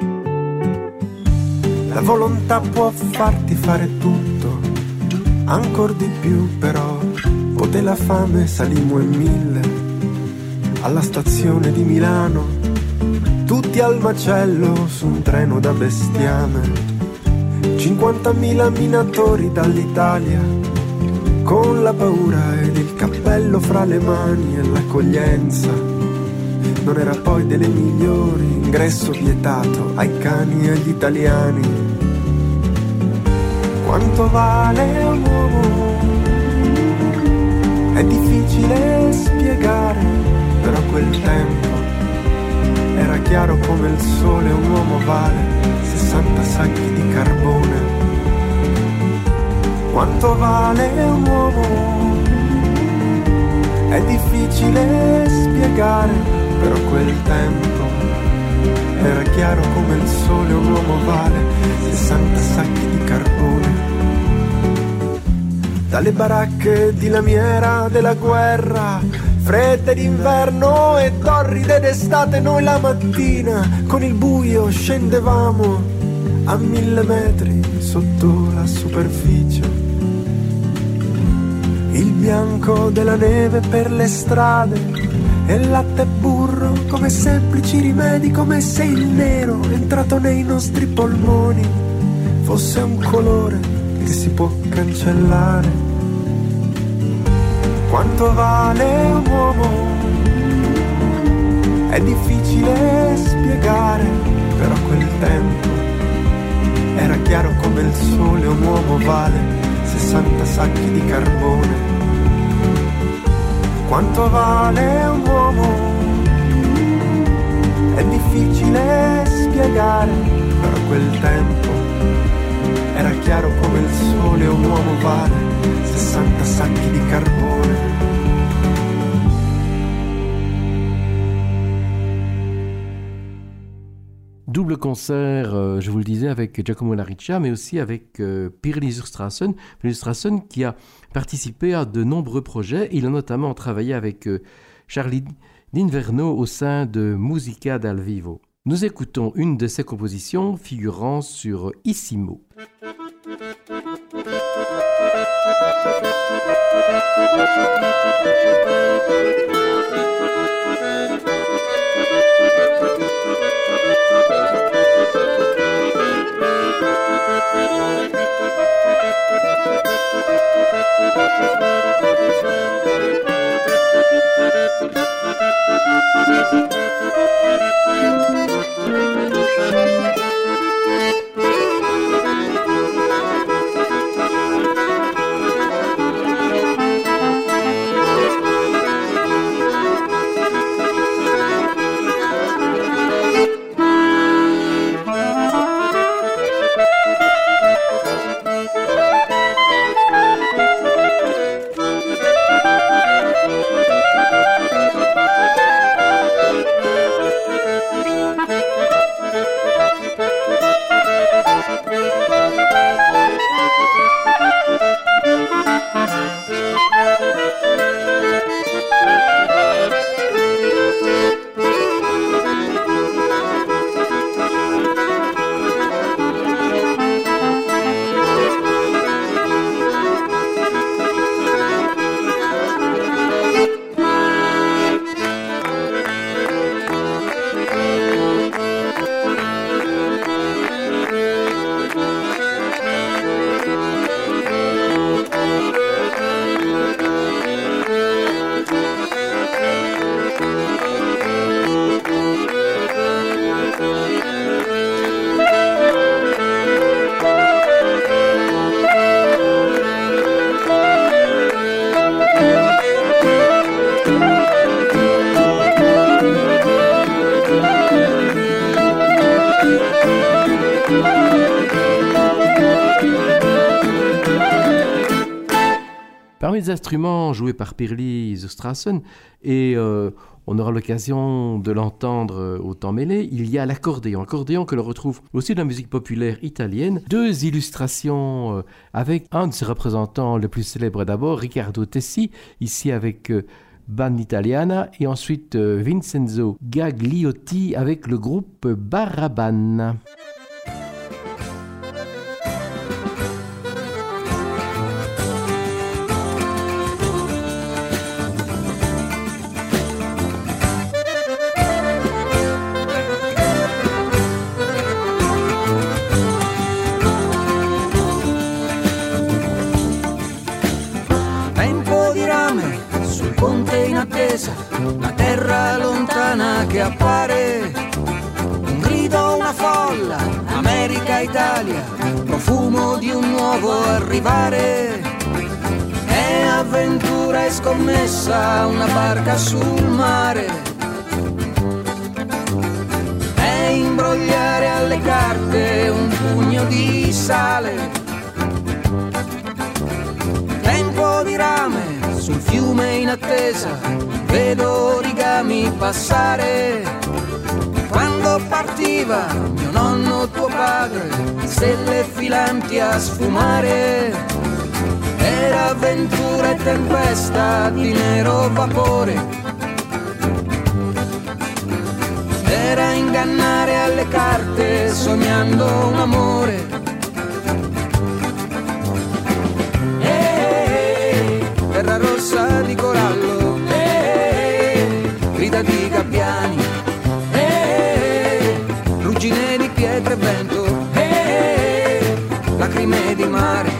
La volontà può farti fare tutto, ancor di più però, poté la fame, salimmo in mille, alla stazione di Milano, tutti al macello su un treno da bestiame, cinquantamila minatori dall'Italia, con la paura ed il cappello fra le mani e l'accoglienza. Non era poi delle migliori, ingresso vietato ai cani e agli italiani. Quanto vale un uomo? È difficile spiegare, però a quel tempo era chiaro come il sole, un uomo vale sessanta sacchi di carbone. Quanto vale un uomo? È difficile spiegare, però a quel tempo era chiaro come il sole, un uomo vale sessanta sacchi di carbone. Dalle baracche di lamiera della guerra, fredde d'inverno e torride d'estate, noi la mattina con il buio scendevamo a mille metri sotto la superficie. Il bianco della neve per le strade e latte e burro come semplici rimedi, come se il nero entrato nei nostri polmoni fosse un colore che si può cancellare. Quanto vale un uomo? È difficile spiegare, però quel tempo era chiaro come il sole, un uomo vale sessanta sacchi di carbone. Quanto vale un uomo? È difficile spiegare, però quel tempo era chiaro come il sole, un uomo vale sessanta sacchi di carbone. Double concert, euh, je vous le disais, avec Giacomo Lariccia, mais aussi avec euh, Pirli Zurstrassen. Pirli Zurstrassen qui a participé à de nombreux projets. Il a notamment travaillé avec euh, Charlie D'Inverno au sein de Musica dal Vivo. Nous écoutons une de ses compositions figurant sur Issimo. Parmi les instruments joués par Pirli Zurstrassen, et euh, on aura l'occasion de l'entendre au temps mêlé, il y a l'accordéon. Accordéon que l'on retrouve aussi dans la musique populaire italienne. Deux illustrations euh, avec un de ses représentants le plus célèbre d'abord, Riccardo Tessi, ici avec euh, Band Italiana, et ensuite euh, Vincenzo Gagliotti avec le groupe Baraban. La terra lontana che appare, un grido, una folla, America, Italia, profumo di un nuovo arrivare. È avventura e scommessa, una barca sul mare. È imbrogliare alle carte un pugno di sale. Tempo di rame sul fiume in attesa, vedo origami passare. Quando quando partiva mio nonno, tuo padre, stelle filanti a sfumare. Era avventura e tempesta di nero vapore. Era ingannare alle carte sognando un amore. Ehi, terra rossa di corallo, ehi, grida di gabbiani, ehi, ruggine di pietre e vento, ehi, lacrime di mare.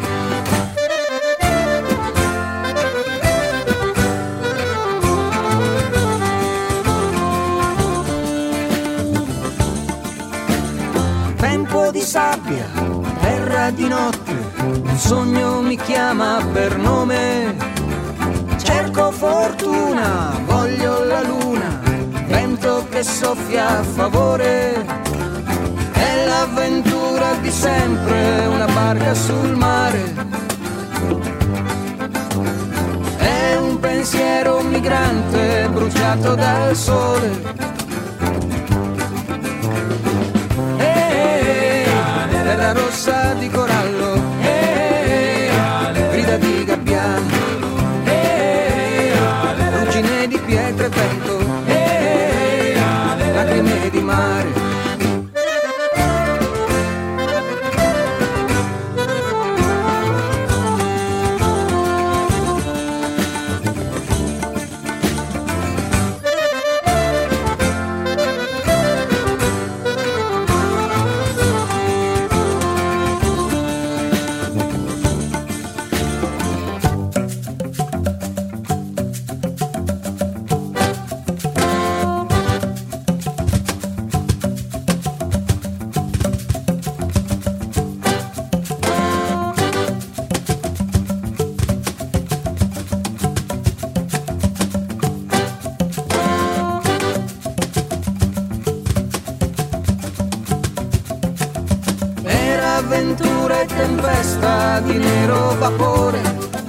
Di sabbia, terra di notte, un sogno mi chiama per nome. Cerco fortuna, voglio la luna, vento che soffia a favore. È l'avventura di sempre, una barca sul mare. È un pensiero migrante bruciato dal sole. Terra rossa di corallo, eh, grida di gabbiani, eh, ruggine di pietre e vento, eh, lacrime di mare. Avventura e tempesta di nero vapore.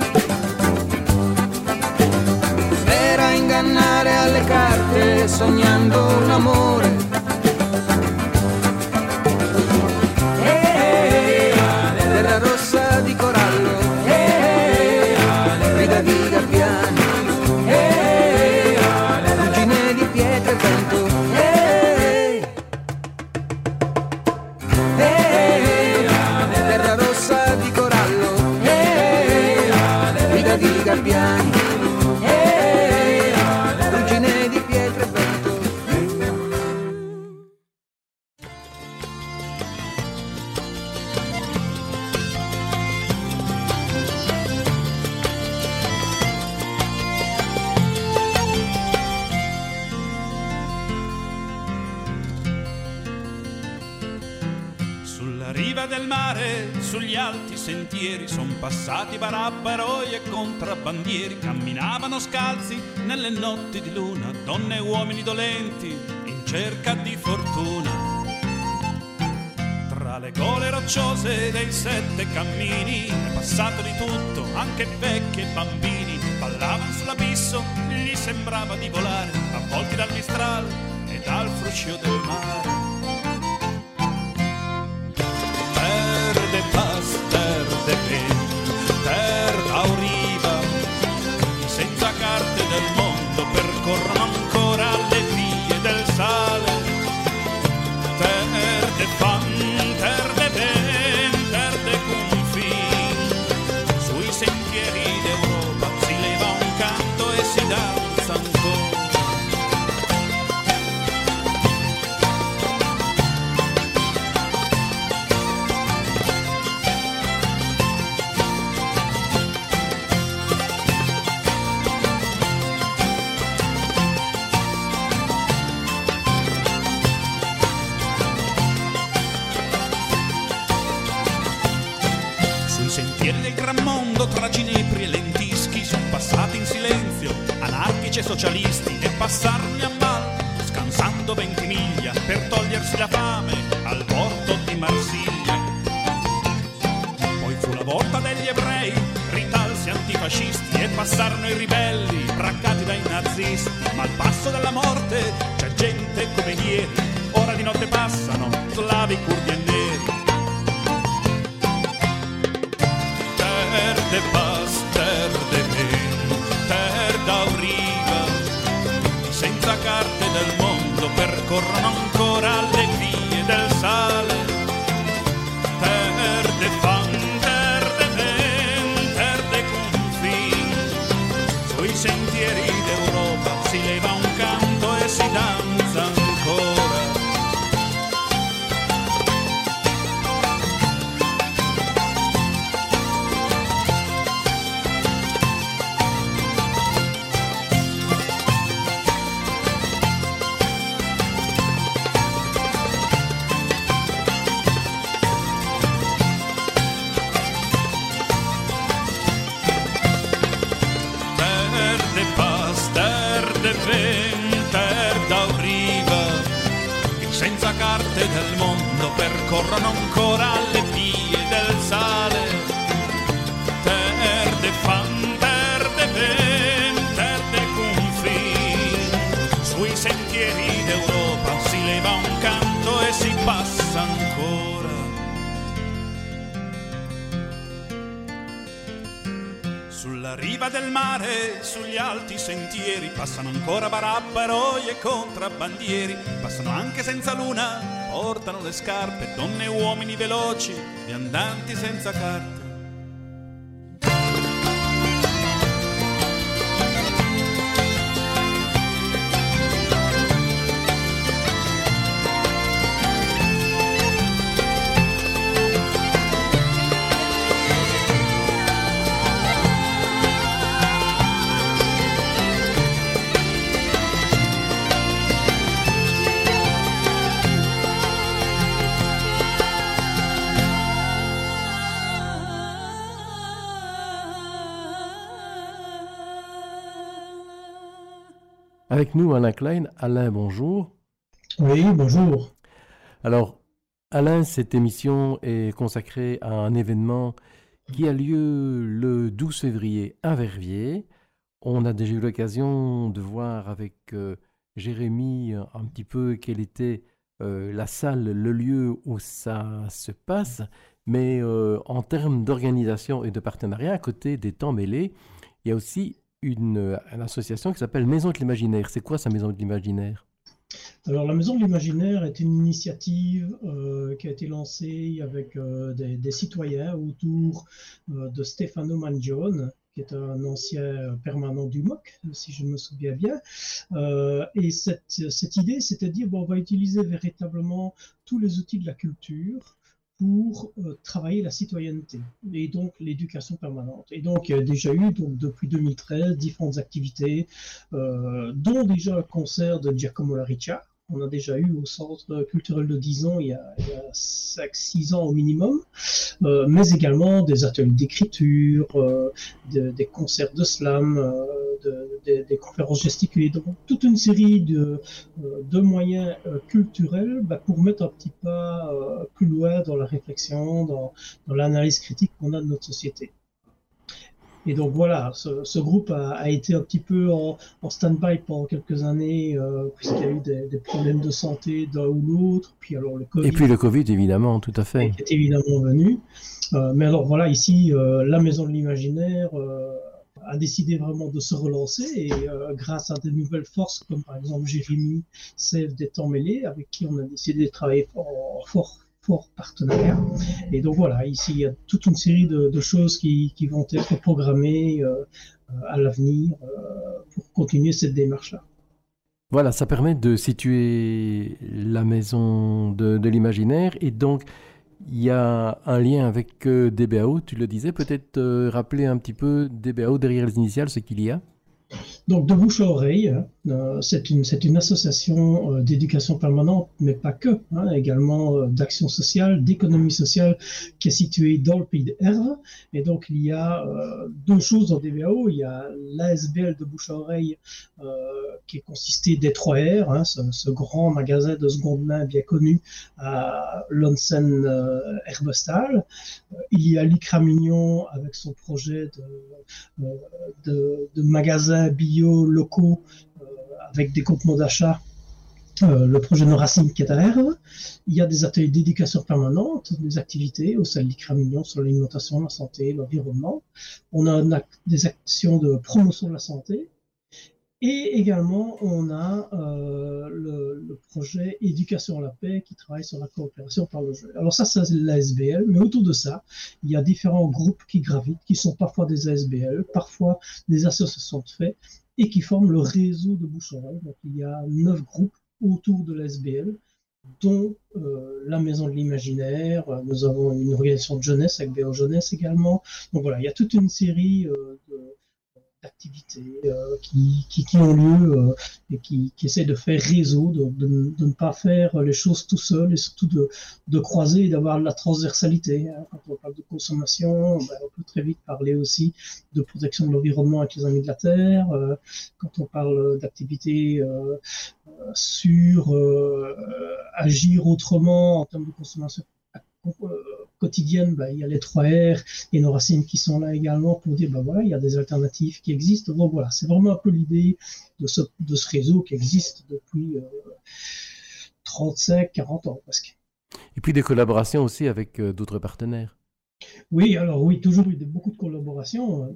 Era ingannare alle carte sognando un amore. Ehi, terra rossa di corallo, ehi, grida di gabbiani, ehi, ruggine di pietre e vento, ehi, ehi, terra rossa di corallo, ehi, grida di gabbiani, ehi, ruggine di pietre e vento. Sulla riva del mare, sugli alti sentieri, son passati barabbaroi e contrabbandieri. Camminavano scalzi nelle notti di luna, donne e uomini dolenti in cerca di fortuna. Tra le gole rocciose dei sette cammini è passato di tutto, anche vecchi e bambini. Ballavano sull'abisso, gli sembrava di volare, avvolti dal mistral e dal fruscio del mare. Terre de paz, terre de vent, terre auriva, senza carte del mondo percorrono ancora le vie del sale. Terre de fan, terre de vent, terre de confin, sui sentieri d'Europa si leva un canto e si danza ancora. Sentieri del gran mondo tra ginepri e lentischi son passati in silenzio anarchici e socialisti e passarono a mal scansando venti miglia per togliersi la fame al porto di Marsiglia. Poi fu la volta degli ebrei ritalsi antifascisti e passarono i ribelli braccati dai nazisti, ma al passo della morte c'è gente come ieri ora di notte passano slavi, curdi e neri. Terre de paz, terre de ven, terre d'auriga, senza carte del mondo percorrono ancora le vie del sale. Terre de fan, terre de ven, terre de confini, sui sentieri d'Europa si leva un canto e si danza ancora. Senza carte del mondo percorrono ancora le vie del sale. Terre de fan, terre de ven, terre de confini, sui sentieri d'Europa si leva un canto e si passa ancora. Sulla riva del mare, sugli alti sentieri, passano ancora barabbaroi e contrabbandieri, passano anche senza luna, portano le scarpe, donne e uomini veloci, viandanti senza carte. Avec nous, Alain Klein. Alain, bonjour. Oui, bonjour. Alors, Alain, cette émission est consacrée à un événement qui a lieu le douze février à Verviers. On a déjà eu l'occasion de voir avec euh, Jérémy un petit peu quelle était euh, la salle, le lieu où ça se passe. Mais euh, en termes d'organisation et de partenariat, à côté des temps mêlés, il y a aussi Une, une association qui s'appelle Maison de l'Imaginaire. C'est quoi sa Maison de l'Imaginaire? Alors la Maison de l'Imaginaire est une initiative euh, qui a été lancée avec euh, des, des citoyens autour euh, de Stefano Mangione, qui est un ancien permanent du M O C, si je me souviens bien. Euh, et cette, cette idée, c'était de dire, bon, on va utiliser véritablement tous les outils de la culture pour euh, travailler la citoyenneté et donc l'éducation permanente. Et donc il y a déjà eu donc, depuis deux mille treize différentes activités, euh, dont déjà un concert de Giacomo Lariccia. On a déjà eu au Centre culturel de Dijon il y a, il y a cinq six ans au minimum, euh, mais également des ateliers d'écriture, euh, de, des concerts de slam, euh, de, de, des conférences gesticulées, donc toute une série de, de moyens euh, culturels bah, pour mettre un petit pas euh, plus loin dans la réflexion, dans, dans l'analyse critique qu'on a de notre société. Et donc voilà, ce, ce groupe a, a été un petit peu en, en stand-by pendant quelques années, euh, puisqu'il y a eu des, des problèmes de santé d'un ou l'autre, puis alors le Covid. Et puis le Covid, évidemment, tout à fait. Qui est évidemment venu. Euh, mais alors voilà, ici, euh, la Maison de l'Imaginaire euh, a décidé vraiment de se relancer, et euh, grâce à des nouvelles forces, comme par exemple Jérémy Sèvres des Temps Mêlés, avec qui on a décidé de travailler en fort. fort partenariat. Et donc voilà, ici il y a toute une série de, de choses qui, qui vont être programmées euh, à l'avenir euh, pour continuer cette démarche-là. Voilà, ça permet de situer la Maison de, de l'Imaginaire, et donc il y a un lien avec euh, D B A O, tu le disais, peut-être euh, rappeler un petit peu D B A O derrière les initiales, ce qu'il y a. Donc, de bouche à oreille, euh, c'est une, c'est une association euh, d'éducation permanente, mais pas que, hein, également euh, d'action sociale, d'économie sociale, qui est située dans le pays de Herve. Et donc, il y a euh, deux choses dans D B A O. Il y a l'A S B L de bouche à oreille, euh, qui est consisté des trois R, hein, ce, ce grand magasin de seconde main bien connu à Lonsen euh, Herbestal. Euh, il y a l'I C R A Mignon avec son projet de, euh, de, de magasin bio locaux euh, avec des groupements d'achat euh, le projet de Racine qui est à Herve. Il y a des ateliers d'éducation permanente, des activités au sein de l'I C R A Mignon sur l'alimentation, la santé, l'environnement. On a un ac- des actions de promotion de la santé. Et également, on a euh, le, le projet Éducation à la paix qui travaille sur la coopération par le jeu. Alors ça, c'est l'A S B L, mais autour de ça, il y a différents groupes qui gravitent, qui sont parfois des A S B L, parfois des associations de fait, et qui forment le réseau de bouche-oreille. Donc il y a neuf groupes autour de l'A S B L, dont euh, la Maison de l'Imaginaire. Nous avons une organisation de jeunesse avec B O Jeunesse également. Donc voilà, il y a toute une série euh, de d'activités euh, qui, qui, qui ont lieu euh, et qui, qui essaient de faire réseau, de, de, de ne pas faire les choses tout seul et surtout de, de croiser et d'avoir de la transversalité. Hein. Quand on parle de consommation, ben, on peut très vite parler aussi de protection de l'environnement avec les Amis de la Terre. Euh, quand on parle d'activités euh, sur euh, agir autrement en termes de consommation quotidienne, bah, il y a les trois R et nos racines qui sont là également pour dire bah voilà, il y a des alternatives qui existent. Donc voilà, c'est vraiment un peu l'idée de ce, de ce réseau qui existe depuis euh, trente-cinq quarante ans presque. Et puis des collaborations aussi avec euh, d'autres partenaires. Oui, alors oui, toujours eu de, beaucoup de collaborations.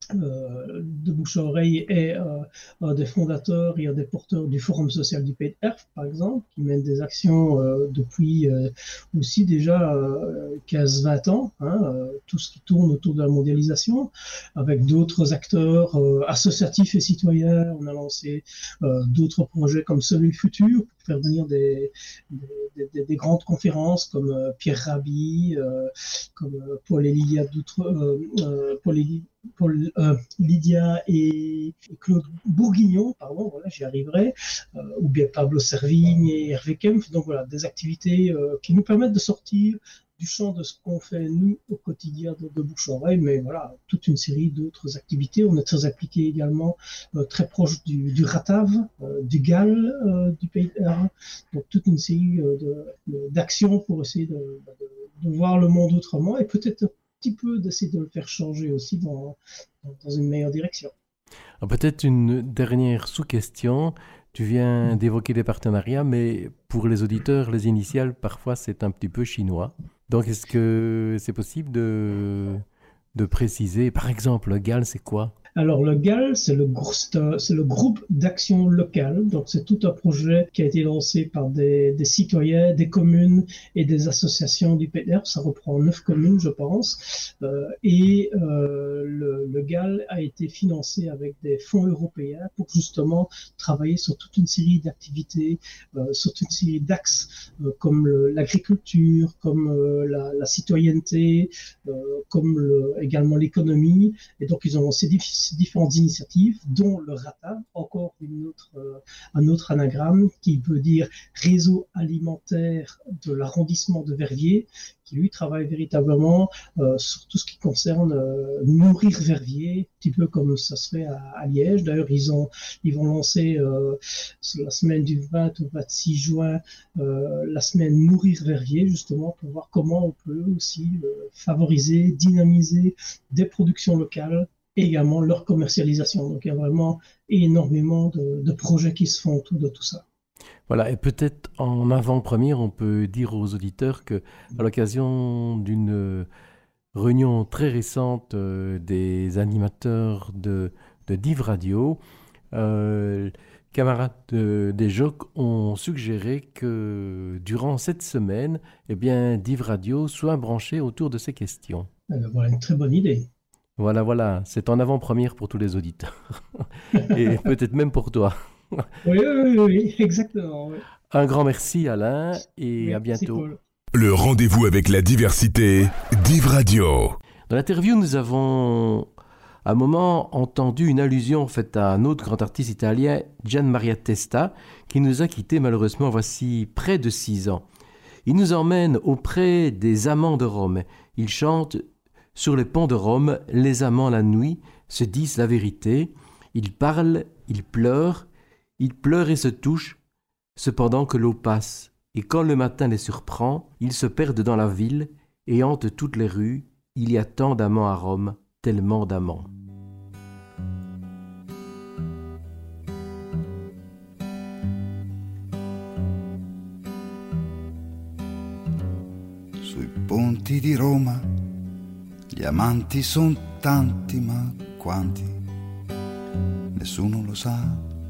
Euh, de bouche à oreille est euh, un des fondateurs et un des porteurs du Forum social du Pays de Herve, par exemple, qui mène des actions euh, depuis euh, aussi déjà euh, quinze vingt ans, hein, euh, tout ce qui tourne autour de la mondialisation, avec d'autres acteurs euh, associatifs et citoyens. On a lancé euh, d'autres projets comme Celui Futur, pour faire venir des, des, des, des grandes conférences comme euh, Pierre Rabhi, euh, comme euh, Paul Elia Doutre, euh, euh, Paul Elie, Paul, euh, Lydia et, et Claude Bourguignon, pardon, voilà, j'y arriverai, euh, ou bien Pablo Servigne et Hervé Kempf. Donc voilà, des activités euh, qui nous permettent de sortir du champ de ce qu'on fait nous au quotidien de, de bouche-oreille, mais voilà, toute une série d'autres activités. On est très impliqué également, euh, très proche du, du Ratav, euh, du G A L, euh, du Pays de Herve. Donc toute une série euh, de, de, d'actions pour essayer de, de, de voir le monde autrement et peut-être petit peu d'essayer de le faire changer aussi dans, dans une meilleure direction. Alors, peut-être une dernière sous-question. Tu viens d'évoquer des partenariats, mais pour les auditeurs, les initiales, parfois, c'est un petit peu chinois. Donc, est-ce que c'est possible de, de préciser, par exemple, le G A L, c'est quoi ? Alors, le G A L, c'est le, c'est le groupe d'action locale. Donc, c'est tout un projet qui a été lancé par des, des citoyens, des communes et des associations du Pays de Herve. Ça reprend neuf communes, je pense. Euh, et euh, le, le G A L a été financé avec des fonds européens pour justement travailler sur toute une série d'activités, euh, sur toute une série d'axes, euh, comme le, l'agriculture, comme euh, la, la citoyenneté, euh, comme le, également l'économie. Et donc, ils ont lancé des différentes initiatives, dont le RATAV, encore une autre, euh, un autre anagramme qui veut dire Réseau alimentaire de l'arrondissement de Verviers, qui lui travaille véritablement euh, sur tout ce qui concerne euh, nourrir Verviers, un petit peu comme ça se fait à, à Liège. D'ailleurs, ils, ont, ils vont lancer euh, sur la semaine du vingt au vingt-six juin euh, la semaine Nourrir Verviers, justement pour voir comment on peut aussi euh, favoriser, dynamiser des productions locales et également leur commercialisation. Donc il y a vraiment énormément de, de projets qui se font autour de tout ça. Voilà, et peut-être en avant-première, on peut dire aux auditeurs que à l'occasion d'une réunion très récente euh, des animateurs de, de Div Radio, euh, camarades de, des J O C ont suggéré que durant cette semaine, eh bien, Div Radio soit branché autour de ces questions. Alors, voilà une très bonne idée. Voilà, voilà, c'est en avant-première pour tous les auditeurs. Et peut-être même pour toi. Oui, oui, oui, oui, exactement. Oui. Un grand merci Alain et Oui, à bientôt. cool. Le rendez-vous avec la diversité, Div Radio. Dans l'interview, nous avons à un moment entendu une allusion faite à un autre grand artiste italien, Gian Maria Testa, qui nous a quittés malheureusement voici près de six ans. Il nous emmène auprès des amants de Rome. Il chante « Sur les ponts de Rome, les amants la nuit se disent la vérité. Ils parlent, ils pleurent, ils pleurent et se touchent, cependant que l'eau passe. Et quand le matin les surprend, ils se perdent dans la ville et hantent toutes les rues. Il y a tant d'amants à Rome, tellement d'amants. » ponti di Roma gli amanti son tanti, ma quanti? Nessuno lo sa.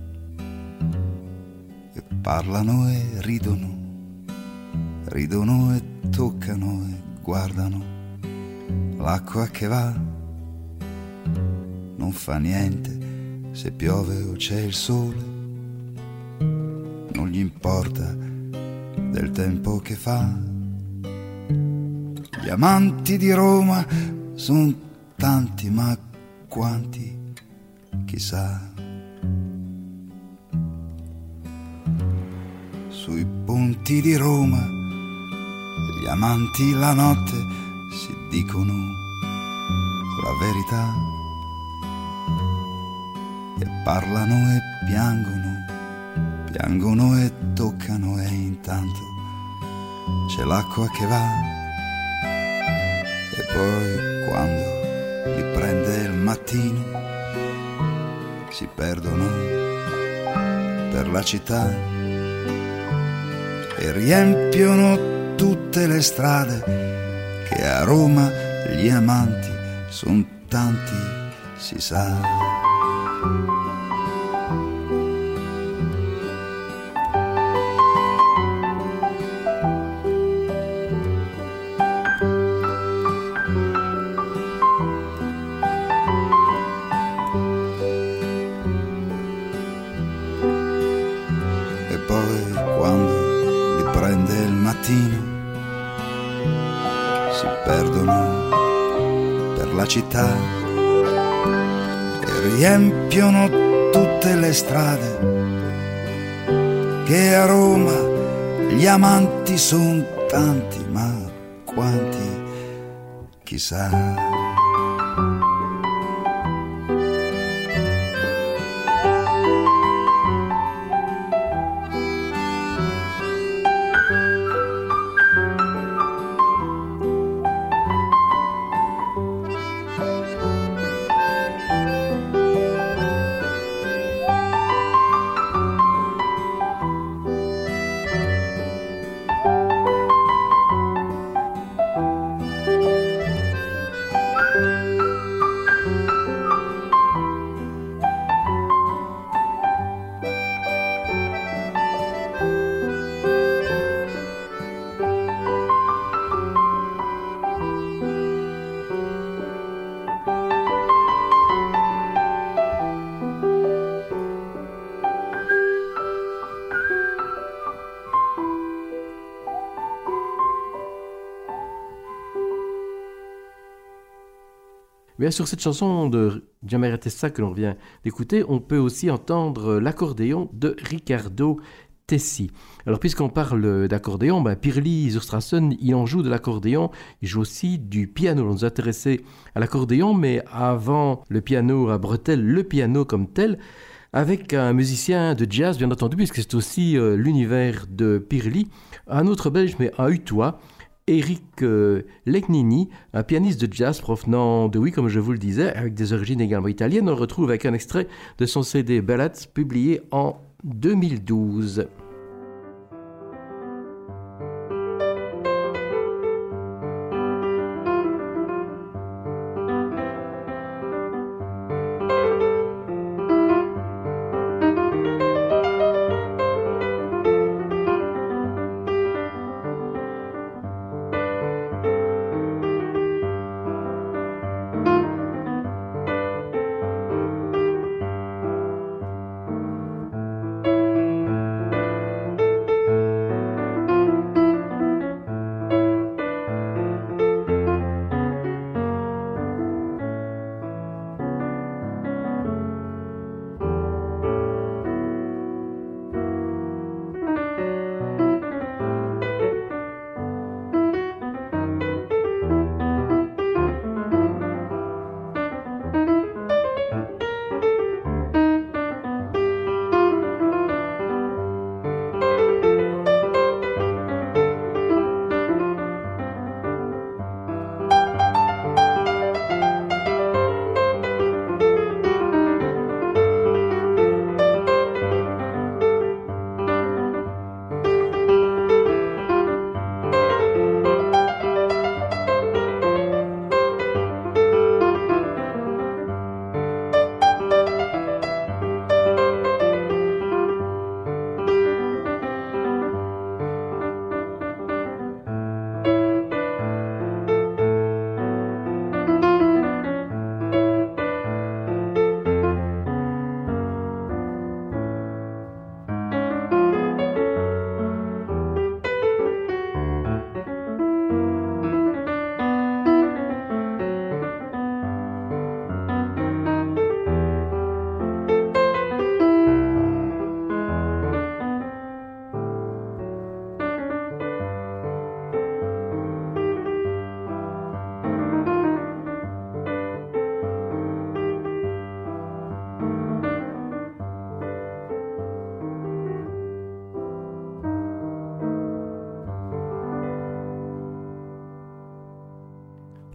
E parlano e ridono, ridono e toccano e guardano l'acqua che va. Non fa niente se piove o c'è il sole, non gli importa del tempo che fa. Gli amanti di Roma son tanti, ma quanti? Chissà. Sui ponti di Roma gli amanti la notte si dicono la verità e parlano e piangono, piangono e toccano, e intanto c'è l'acqua che va. E poi quando li prende il mattino si perdono per la città e riempiono tutte le strade, che a Roma gli amanti son tanti, si sa. Si perdono per la città e riempiono tutte le strade, che a Roma gli amanti son tanti, ma quanti? Chissà. Bien, sur cette chanson de Giammaria Testa que l'on vient d'écouter, on peut aussi entendre l'accordéon de Riccardo Tessi. Alors, puisqu'on parle d'accordéon, ben, Pirli Zurstrassen, il en joue de l'accordéon, il joue aussi du piano. On nous a intéressé à l'accordéon, mais avant le piano à bretelles, le piano comme tel, avec un musicien de jazz, bien entendu, puisque c'est aussi euh, l'univers de Pirli, un autre belge, mais un hutois, Eric euh, Legnini, un pianiste de jazz provenant de, oui, comme je vous le disais, avec des origines également italiennes. On le retrouve avec un extrait de son C D Ballads, publié en deux mille douze.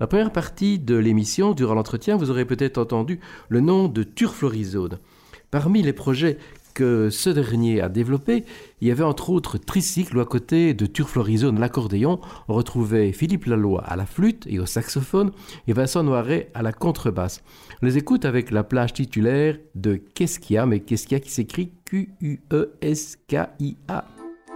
la première partie de l'émission, durant l'entretien, vous aurez peut-être entendu le nom de Turflorizone. Parmi les projets que ce dernier a développé, il y avait entre autres tricycle où à côté de Turflorizone l'accordéon, on retrouvait Philippe Laloy à la flûte et au saxophone et Vincent Noiret à la contrebasse. On les écoute avec la plage titulaire de Qu'est-ce qu'il y a, mais Qu'est-ce qu'il y a qui s'écrit Q U E S K I A.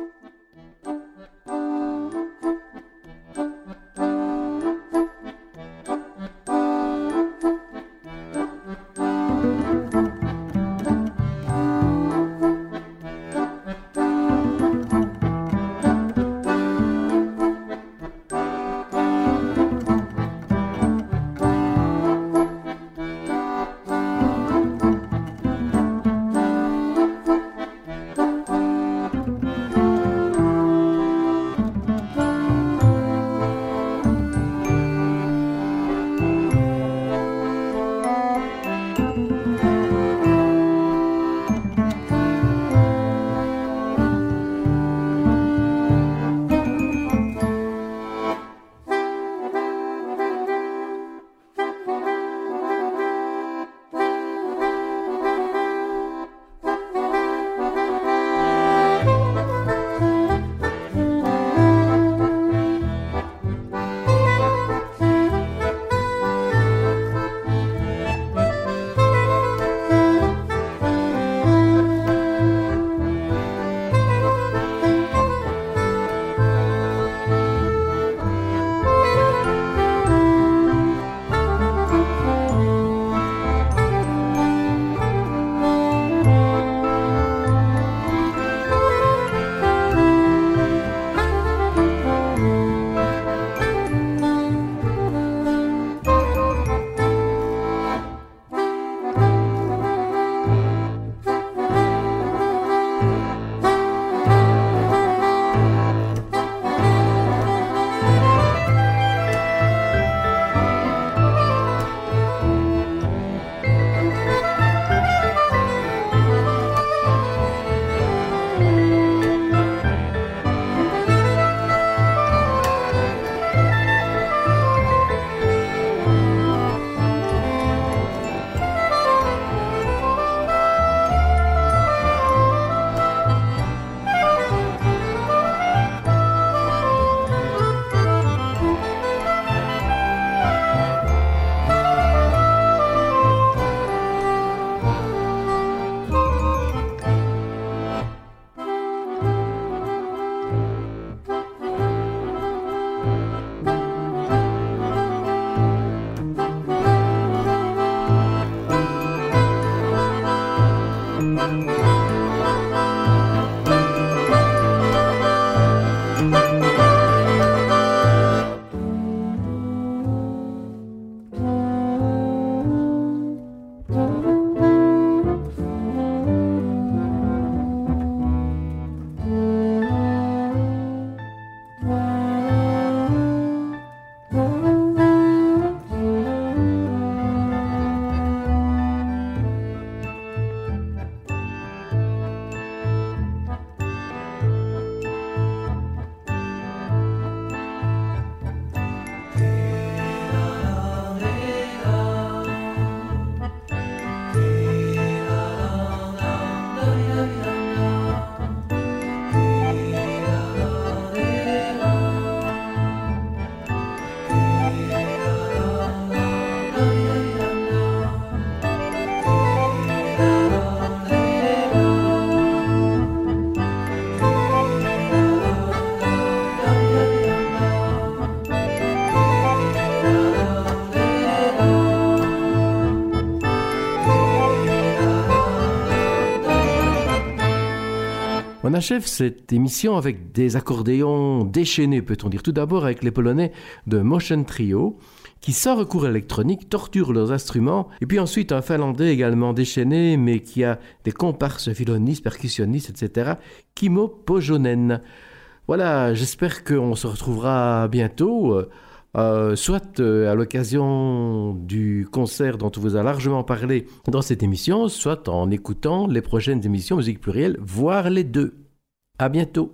On achève cette émission avec des accordéons déchaînés, peut-on dire. Tout d'abord avec les Polonais de Motion Trio, qui sans recours électronique torturent leurs instruments. Et puis ensuite un Finlandais également déchaîné, mais qui a des comparses, violonistes, percussionnistes, et cetera. Kimmo Pojonen. Voilà, j'espère qu'on se retrouvera bientôt. Euh, soit euh, à l'occasion du concert dont on vous a largement parlé dans cette émission, soit en écoutant les prochaines émissions Musique Plurielle, voire les deux. À bientôt.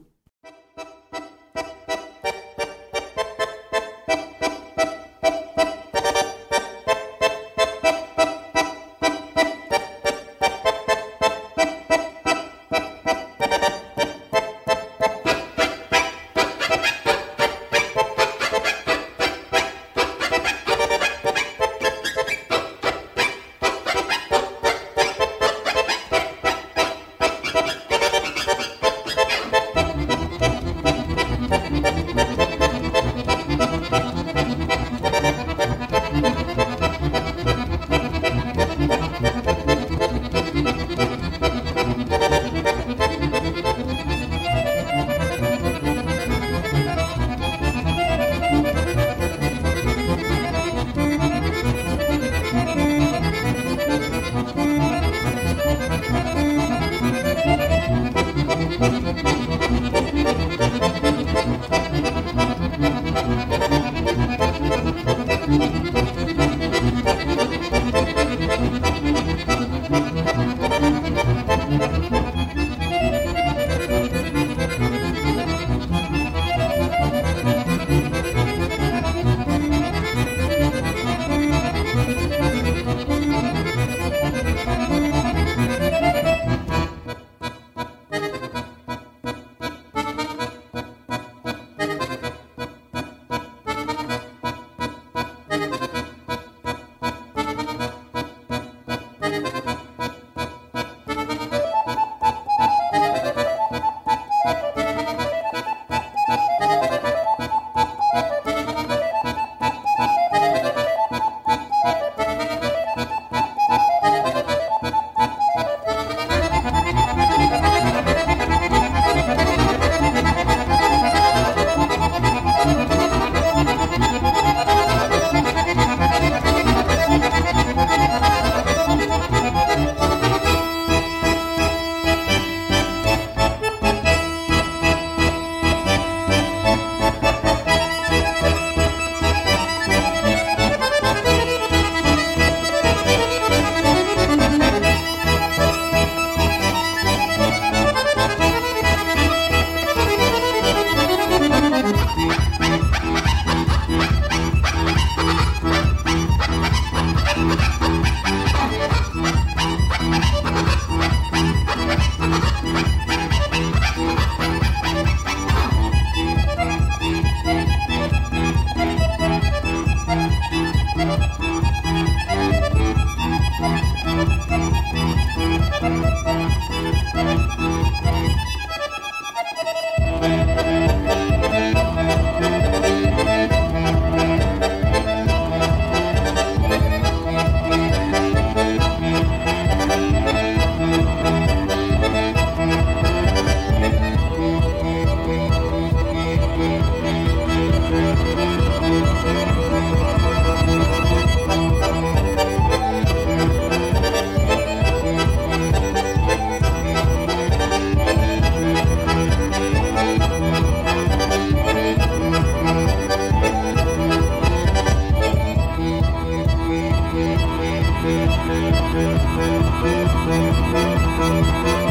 Thank you.